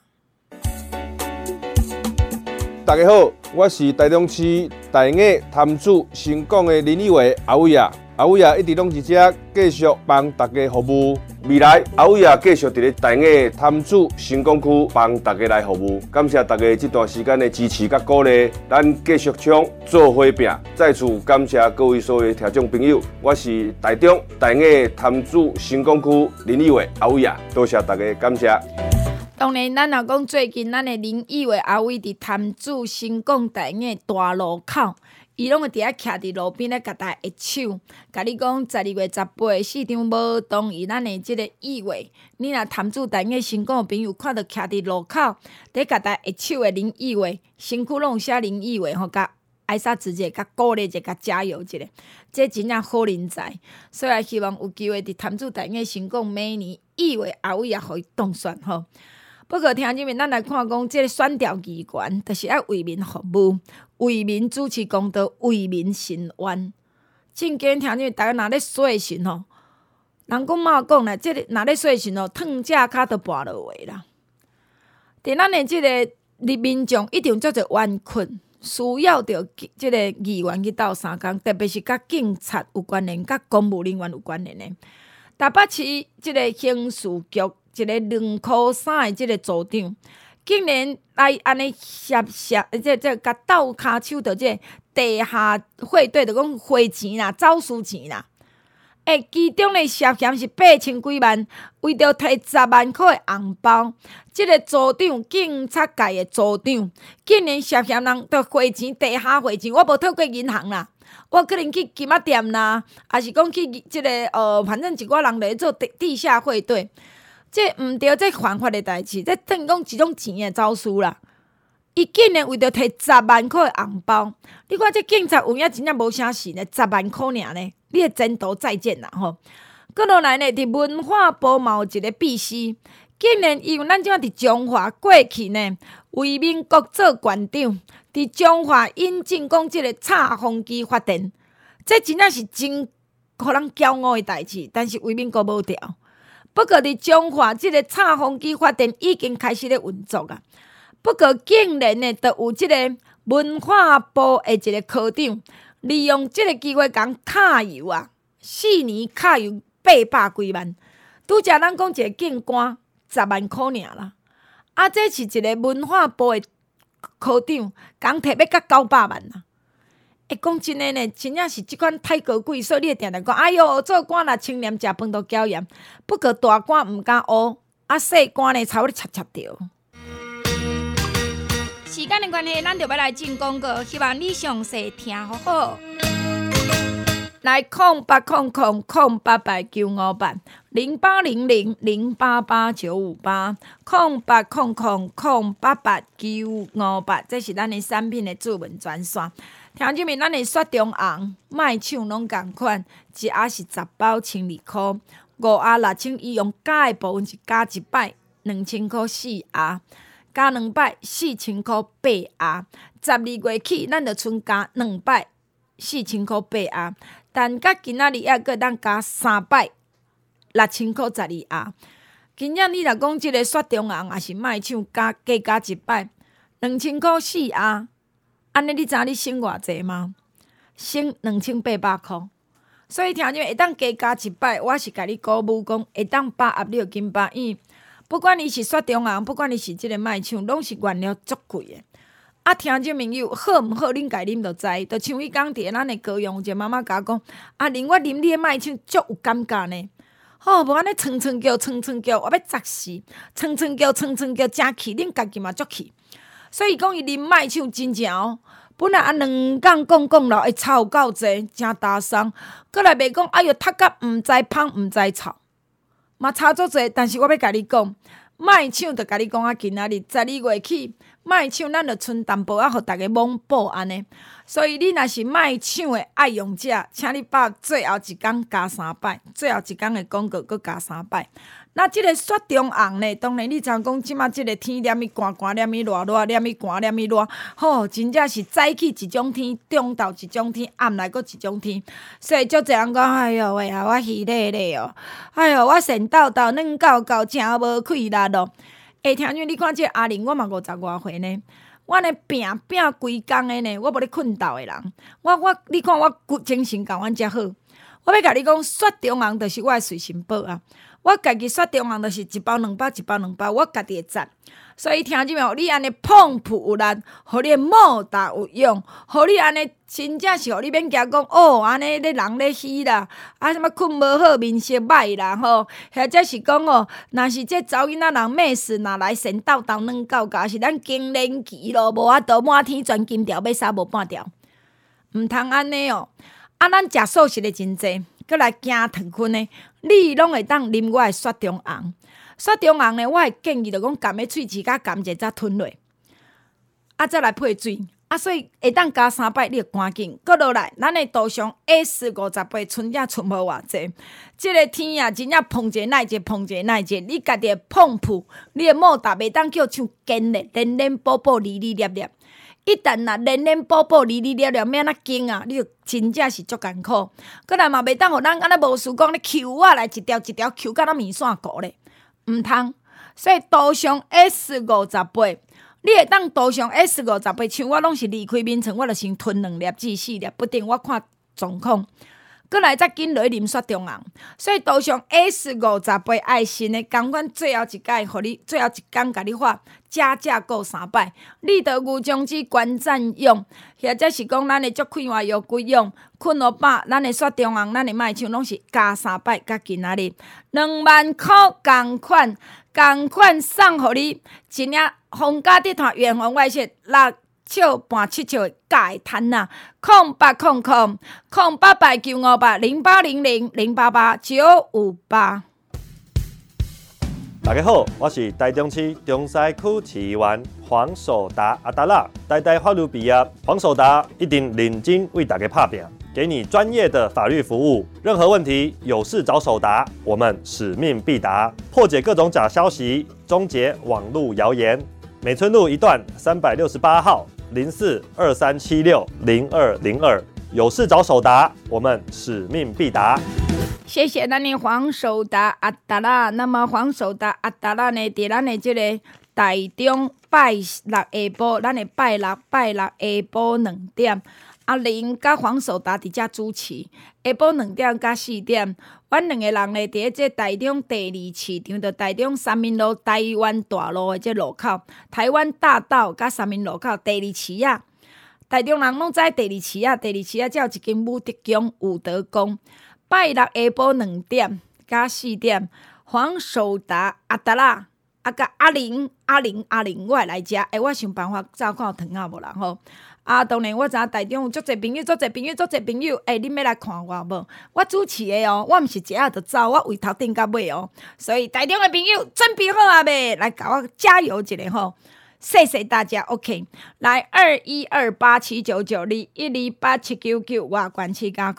大家好，我是台中市大雅潭子新港的林义伟阿伟啊。阿伟啊，一直拢是遮继续帮大家服务。未来阿伟啊，继续伫咧大雅潭子新港区帮大家来服务。感谢大家这段时间的支持甲鼓励，咱继续冲做伙拼。再次感谢各位所有听众朋友，我是台中大雅潭子新港区林义伟阿伟啊，多谢大家，感谢。 当然，咱若讲最近咱的林义伟阿伟伫潭子新港大雅大路口。伊拢会伫遐徛伫路边咧，甲大家握手，甲你讲12月18市场无同意咱的即个议会。你若潭子大雅新港的朋友看到徛伫路口，伫甲大家握手的林议会，身躯拢有写林议会吼，甲挨啥直接甲鼓励者，甲加油一下，这真正好人才。所以希望有机会伫潭子大雅新港明年议会阿伟也互伊当选吼。不过听即面，咱来看讲，即个选调议员，就是要为民服务，为民主持公道，为民伸冤。正经听即面，大家若咧说的时吼，人讲嘛讲啦，即个若咧说的时吼，烫只骹都跋落话啦。伫咱的即个民众一定足侪冤困，需要着即个议员去斗相共，特别是甲警察有关联、甲公务人员有关联的。 台北市即个刑事局一个2箍3的即个组长，竟然来安尼甲斗骹手着即个地下汇兑，着讲汇钱啦、走私钱啦。其中的涉嫌是8000几万，为着摕10万块的红包，即个组长警察界的组长，竟然涉嫌人着汇钱地下汇钱，我无透过银行啦。我可能去金仔店啦，还是讲去即个反正一寡人咧做地下汇兑，这毋对，这犯法的代志，这等于讲一种钱的走私啦。伊竟然为着摕10万块的红包，你看这警察有影真正无啥事呢，10万块尔呢，你的前途再见啦吼。搁落来呢，伫文化部嘛有一个秘书，竟然因为咱即马伫中华过去呢，为民国做馆长。伫中华引进讲即个插风机发电，这真正是真互人骄傲的代志，但是为民国无调。不过伫中华即个插风机发电已经开始咧运作啊。不过竟然呢，就有即个文化部的一个科长，利用即个机会讲卡油啊，4年卡油800几万，拄则咱讲一个警官10万块尔啦。啊，这是一个文化部的科长，讲摕要到900万啦。讲真诶呢，真正是即款太高贵，所以你会定定讲，哎哟，做官啦，清廉食饭都娇严。不过大官毋敢学，细官呢，差不多插着。时间的关系，咱就要来进广告，希望你详细听好好。来0800-088-958，0800-088-958，这是咱的产品的主文专线。听众们，咱的雪中红卖唱拢同款，一盒是10包12块，5盒6000，伊用加的部分是加1摆2000块4盒。加2摆4000块8盒，12月起咱就剩加2摆4000块8盒，但甲今仔日还阁当加3摆6000块12盒。今仔你若讲即个雪中红也是卖唱加1摆2000块4盒，安尼你知影你省偌济吗？省2800块。所以听众会当加1摆，我是甲你鼓舞讲会当把握你就紧把，因为不管你是雪中红，不管你是即个卖唱，拢是原料足贵的。听众朋友好毋好，恁家啉就知。就像伊讲伫咱的高雄，有一个妈妈甲我讲，令我啉你的卖唱足有感觉呢。无安尼蹭叫，我要砸死，蹭叫，真气，恁家己嘛足气。所以讲伊啉卖唱真正本来2工讲了，会吵够济，真大伤。过来袂讲，哎哟，读甲毋知芳毋知臭。嘛差足济，但是我要甲你讲，卖唱就甲你讲今仔日12月起，卖唱咱就剩淡薄互大家猛补安尼。所以你若是卖唱的爱用者，请你把最后一工加3摆，最后一工的广告搁加3摆。那即个雪中红呢，当然你知影讲即马即个天黏伊寒，黏伊热，黏伊寒，黏伊热，真正是早起一种天，中昼一种天，暗来搁一种天。所以足侪人讲，哎哟喂啊，我稀累累哦，哎哟，我神叨叨，软狗狗，真无气力咯。听众你看这阿玲，我嘛50外岁呢，我呢拼规工的呢，我无咧困觉的人，你看我精神甲阮遮好。我要甲你讲，雪中红就是我的随身宝啊！我家己雪中红就是1包2包，1包2包，我家己会赞。所以听见没有？你安尼碰扑有力，互你莫大有用，互你安尼真正是互你免惊讲安尼咧人咧死啦，什么困无好，面色歹啦或者是讲若是这查某囡仔人咩事，若来神叨叨软狗狗，是咱经年期咯，无法度满天钻金条，要杀无半条，毋通安尼咱食素食的真济，搁来惊糖分呢，你拢会当啉我的雪中红。雪中红呢，我会建议就讲含个喙齿甲含者才吞落，再来配水。所以会当加3摆，你就赶紧。搁落来，咱的杜尚 S50杯，剩才剩无偌济。即个天真正碰者耐者，你家己碰扑，你的莫达袂当叫唱坚咧，连补补，哩咧咧。一旦连补补，哩咧咧，免那惊你就真正是足艰苦。搁来嘛袂当互咱安尼无事讲咧扣来一条扣甲咱面线糊咧，毋通。所以杜尚 S50杯。你会当杜尚 S50杯，像我拢是离开眠床，我就先吞2粒至4粒，不定我看状况。 过来再紧落去啉雪中红，所以涂上 S50倍爱心的，同款最后一届，互你最后一天，甲你发加价购3摆，立德牛姜子观战用，或者是讲咱的足快活药龟用，困落饱，咱的雪中红，咱的麦香拢是加3摆，甲今仔日2万块同款送互你，一领皇家地毯远红外线6triệu半7triệu的假的摊啊！0800-958-0800-0888-958。 大家好，我是台中市中西区市议员黄守达阿达拉。台大法律毕业，黄守达一定认真为大家拍拼，给你专业的法律服务。任何问题有事找守达，我们使命必达，破解各种假消息，终结网络谣言。美村路一段368号0423760202，有事找守达，我们使命必达。 谢谢咱的黄守达阿达拉。那么黄守达阿达拉呢，伫咱的这个台中拜6下晡，咱的拜六下晡2点，阿玲甲黄守达伫遮主持，下晡2点甲4点。阮两个人呢，伫这台中第2市场，就台中三民路、台湾大路的这路口，台湾大道甲三民路口第2市啊。台中人拢知第2市啊，第2市啊，才有一间武德宫、武德宫。拜六下晡2点甲4点，黄守达阿达拉甲阿玲，我会来食。我想办法找看有糖啊无啦吼。当然我知影台中有足侪朋友，恁要来看我无？我主持的哦，我毋是一下就走，我为头顶到尾哦。所以台中的朋友准备好啊未？来甲我加油一下吼！谢谢大家 ，OK， 来21287992128799外关7加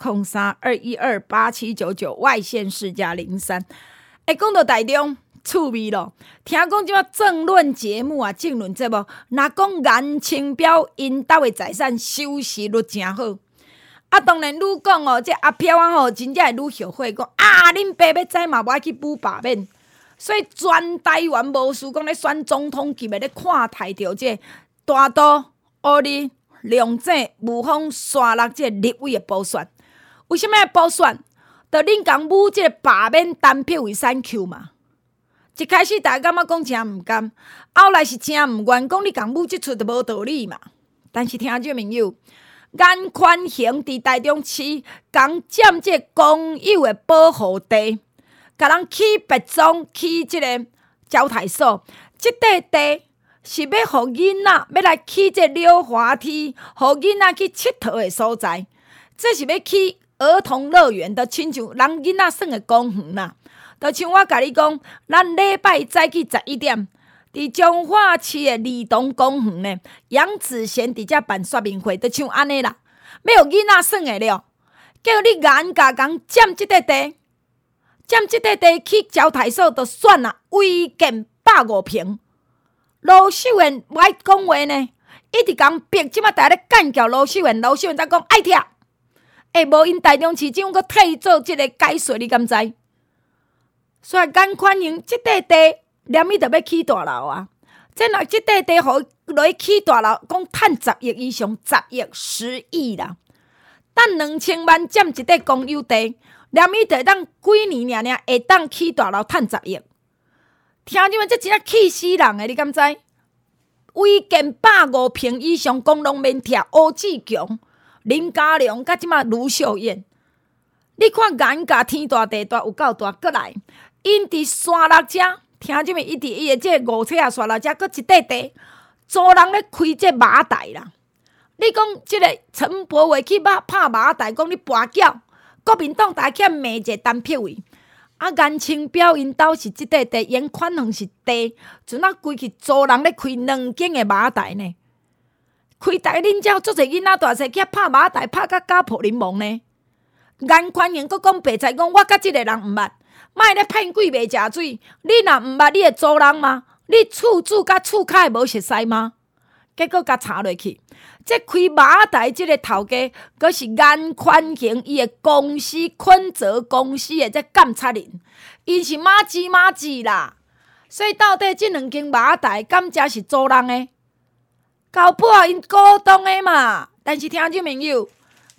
0321287999外县市加03。讲到台中趣味咯，听讲即摆政论节目啊，政论节目，若讲颜清标因兜的财产收视率真好。当然愈讲哦，这阿飘啊吼，真正会愈后悔讲恁爸要知嘛，无爱去补罢免。所以全台湾无事讲咧选总统级的咧看待着这大都、乌里、龙井、雾峰、沙鹿这立委的补选。为什么要补选？就恁讲武这个罢免单票为选区嘛。一开始大家感觉讲真毋甘，后来是真毋愿，讲你讲武即出就无道理嘛。但是听众朋友，颜宽恒伫台中市讲占这公有的保护地。甲人起别庄，起即个交台所，即块地是要互囡仔要来起这溜滑梯，互囡仔去佚佗的所在。这是要起儿童乐园的，亲像人囡仔耍的公园啦。就像我甲你讲，咱礼拜早起11点，伫彰化市的儿童公园呢，杨子贤伫遮办说明会，就像安尼啦，要互囡仔耍的了，叫你严格讲占即块地。占即块地去交台所，就算啦，违建150平。卢秀燕不爱讲话呢，一直讲逼，即马大家咧干掉卢秀燕，卢秀燕才讲爱听。无因台中市政府佫替做即个解说，你敢知？所以颜宽恒即块地连伊就要起大楼啊！即若即块地互落去起大楼，讲趁10亿以上，10亿、10亿啦。等2000万占一块公有地。连伊就当几年尔会当起大楼趁10亿，听你们这真正气死人诶！你敢知？违建150平以上，公拢免拆。欧志强、林佳龙，甲即马卢秀燕，你看眼界天大地大有够大，过来，因伫沙鹿遮，听你们伊伫伊诶这5车啊沙鹿遮，搁一块地，租人咧开这马台啦。你讲即个陈柏惟去拍马台，讲你跋筊。国民党大欠骂一个单票位，颜清标因兜是即块地，颜宽恒是地，阵啊规去租人咧开2间的马台呢，开台恁遮足侪囡仔大细去拍马台，拍甲家破人亡呢。颜宽恒佫讲白菜，讲我甲即个人毋捌，莫咧骗鬼袂食水。你若毋捌，你会租人吗？你厝主甲厝骹会无熟悉吗？结果甲查落去。这开马台这个头家，佫是颜宽恒伊的公司坤泽公司的这监察人，因是马子啦。所以到底这2间马台，敢才是租人的？搞不好因股东的嘛。但是听众朋友，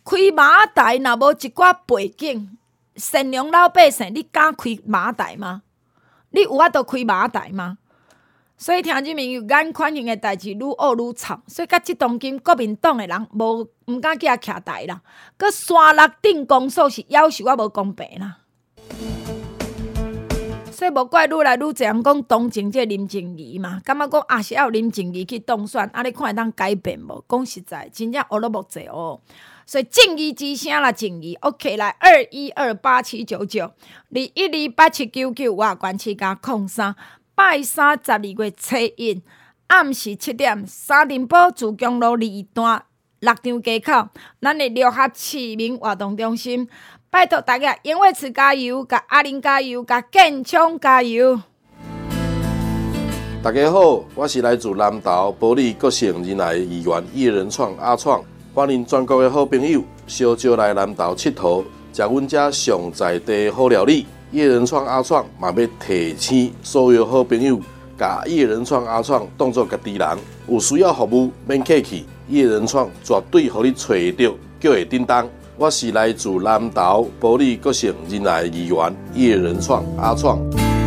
开马台若无一寡背景，善良老百姓，你敢开马台吗？你有法度开马台吗？所以听即面有眼款型的代志愈恶愈臭，所以甲即当今国民党的人毋敢去遐徛台啦，佮山落顶公所是要求我无公平啦。所以无怪愈来愈侪人讲同情这林静怡嘛，感觉讲是要有林静怡去当选，你看会当改变无？讲实在，真正学了无济哦。所以正义之声啦，正义 ，OK 来212879921287799，我关市加03，拜三12月初1暗时7點，沙丁堡自强路2段6張街口，咱的六合市民活动中心，拜托大家严伟慈加油，甲阿玲加油，甲建昌加油。 大家好，我是来自南投保利国姓仁爱议员叶仁创阿创。欢迎全国的好朋友小招来南投佚佗，食阮遮上在地好料理。叶仁创阿创嘛要提醒所有好朋友，甲叶仁创阿创当作家己人，有需要服务免客气，叶仁创绝对互你找得到，叫会叮当。我是来自南投保利国姓仁爱议员叶仁创阿创。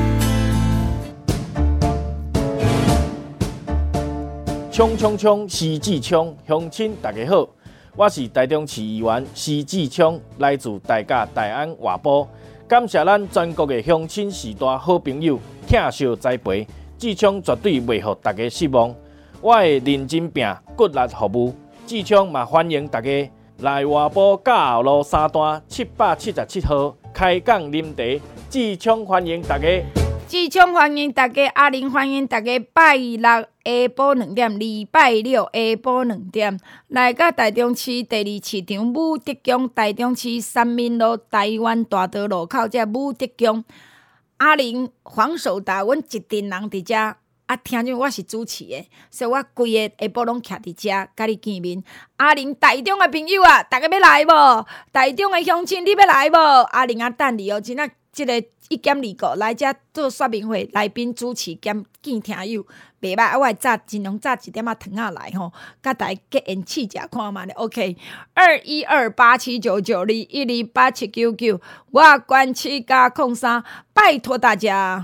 冲冲冲！施志昌，乡亲大家好，我是台中市议员施志昌，来自大甲大安外埔，感谢咱全国的乡亲时代好朋友疼惜栽培，志昌绝对袂互大家失望。我会认真拼，骨力服务。志昌嘛欢迎大家来外埔嘉后路3段777号开讲啉茶，志昌欢迎大家。 志昌欢迎大家，阿玲欢迎大家。拜六下晡2點，禮拜六下晡2點，來到台中市第2市場武德宮，台中市三民路台灣大道路口這武德宮。阿玲、黃守達，阮一群人佇遮。聽眾我是主持的，所以我規個下晡攏徛佇遮，甲你見面。阿玲，台中的朋友啊，大家要來無？台中的鄉親，你要來無？阿玲啊，等你哦，真啊，這個1減2個來遮做說明會，來賓主持兼見聽友，袂歹。我會盡量早1點仔糖仔來吼，甲大家結緣試食看嘛咧。OK，212879921287799，我關市加03，拜託大家。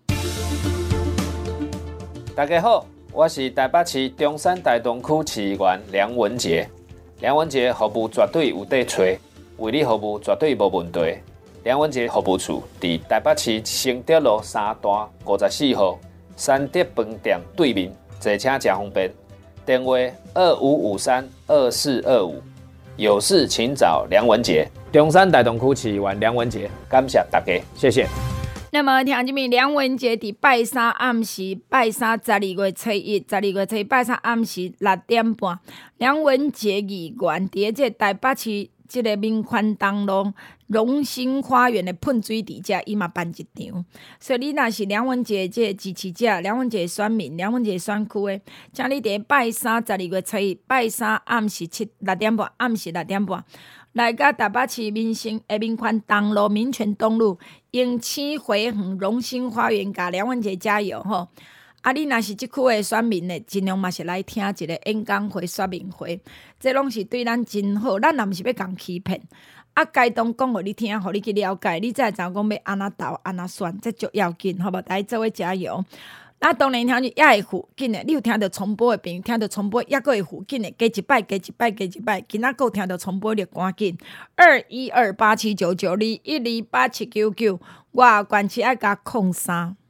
大家好，我是台北市中山大同區市議員梁文傑。梁文傑服務絕對有得找，為你服務絕對無問題。梁文傑服務處佇台北市承德路3段54號三德飯店對面，坐車真方便。電話25532425，有事請找梁文傑。中山大同區市議員梁文傑，感謝大家，謝謝。 那麼聽這邊梁文傑佇拜三暗時，拜三12月初1拜三暗時6點半，梁文傑議員佇這台北市這個民權東路榮興花園的噴水池遮，伊嘛辦一場。所以你若是梁文傑這支持者，梁文傑選民，梁文傑選區的，請你佇拜三12月初1拜三暗時6點半，暗時6點半。來到台北市民權東路民權東路永慶回園榮興花園，甲梁文傑加油吼！你若是即區的選民呢，盡量嘛是來聽一個演講會、說明會，這攏是對咱真好。咱若毋是要共欺騙，該當講互你聽，互你去了解，你才會知影講要安怎投、安怎選，這足要緊，好無？大家做伙加油！那當然聽就也會附緊的，你有聽到重播的朋友，聽到重播也閣會附緊的，加一擺，今仔閣聽到重播就趕緊212879921287799，我關係愛甲03。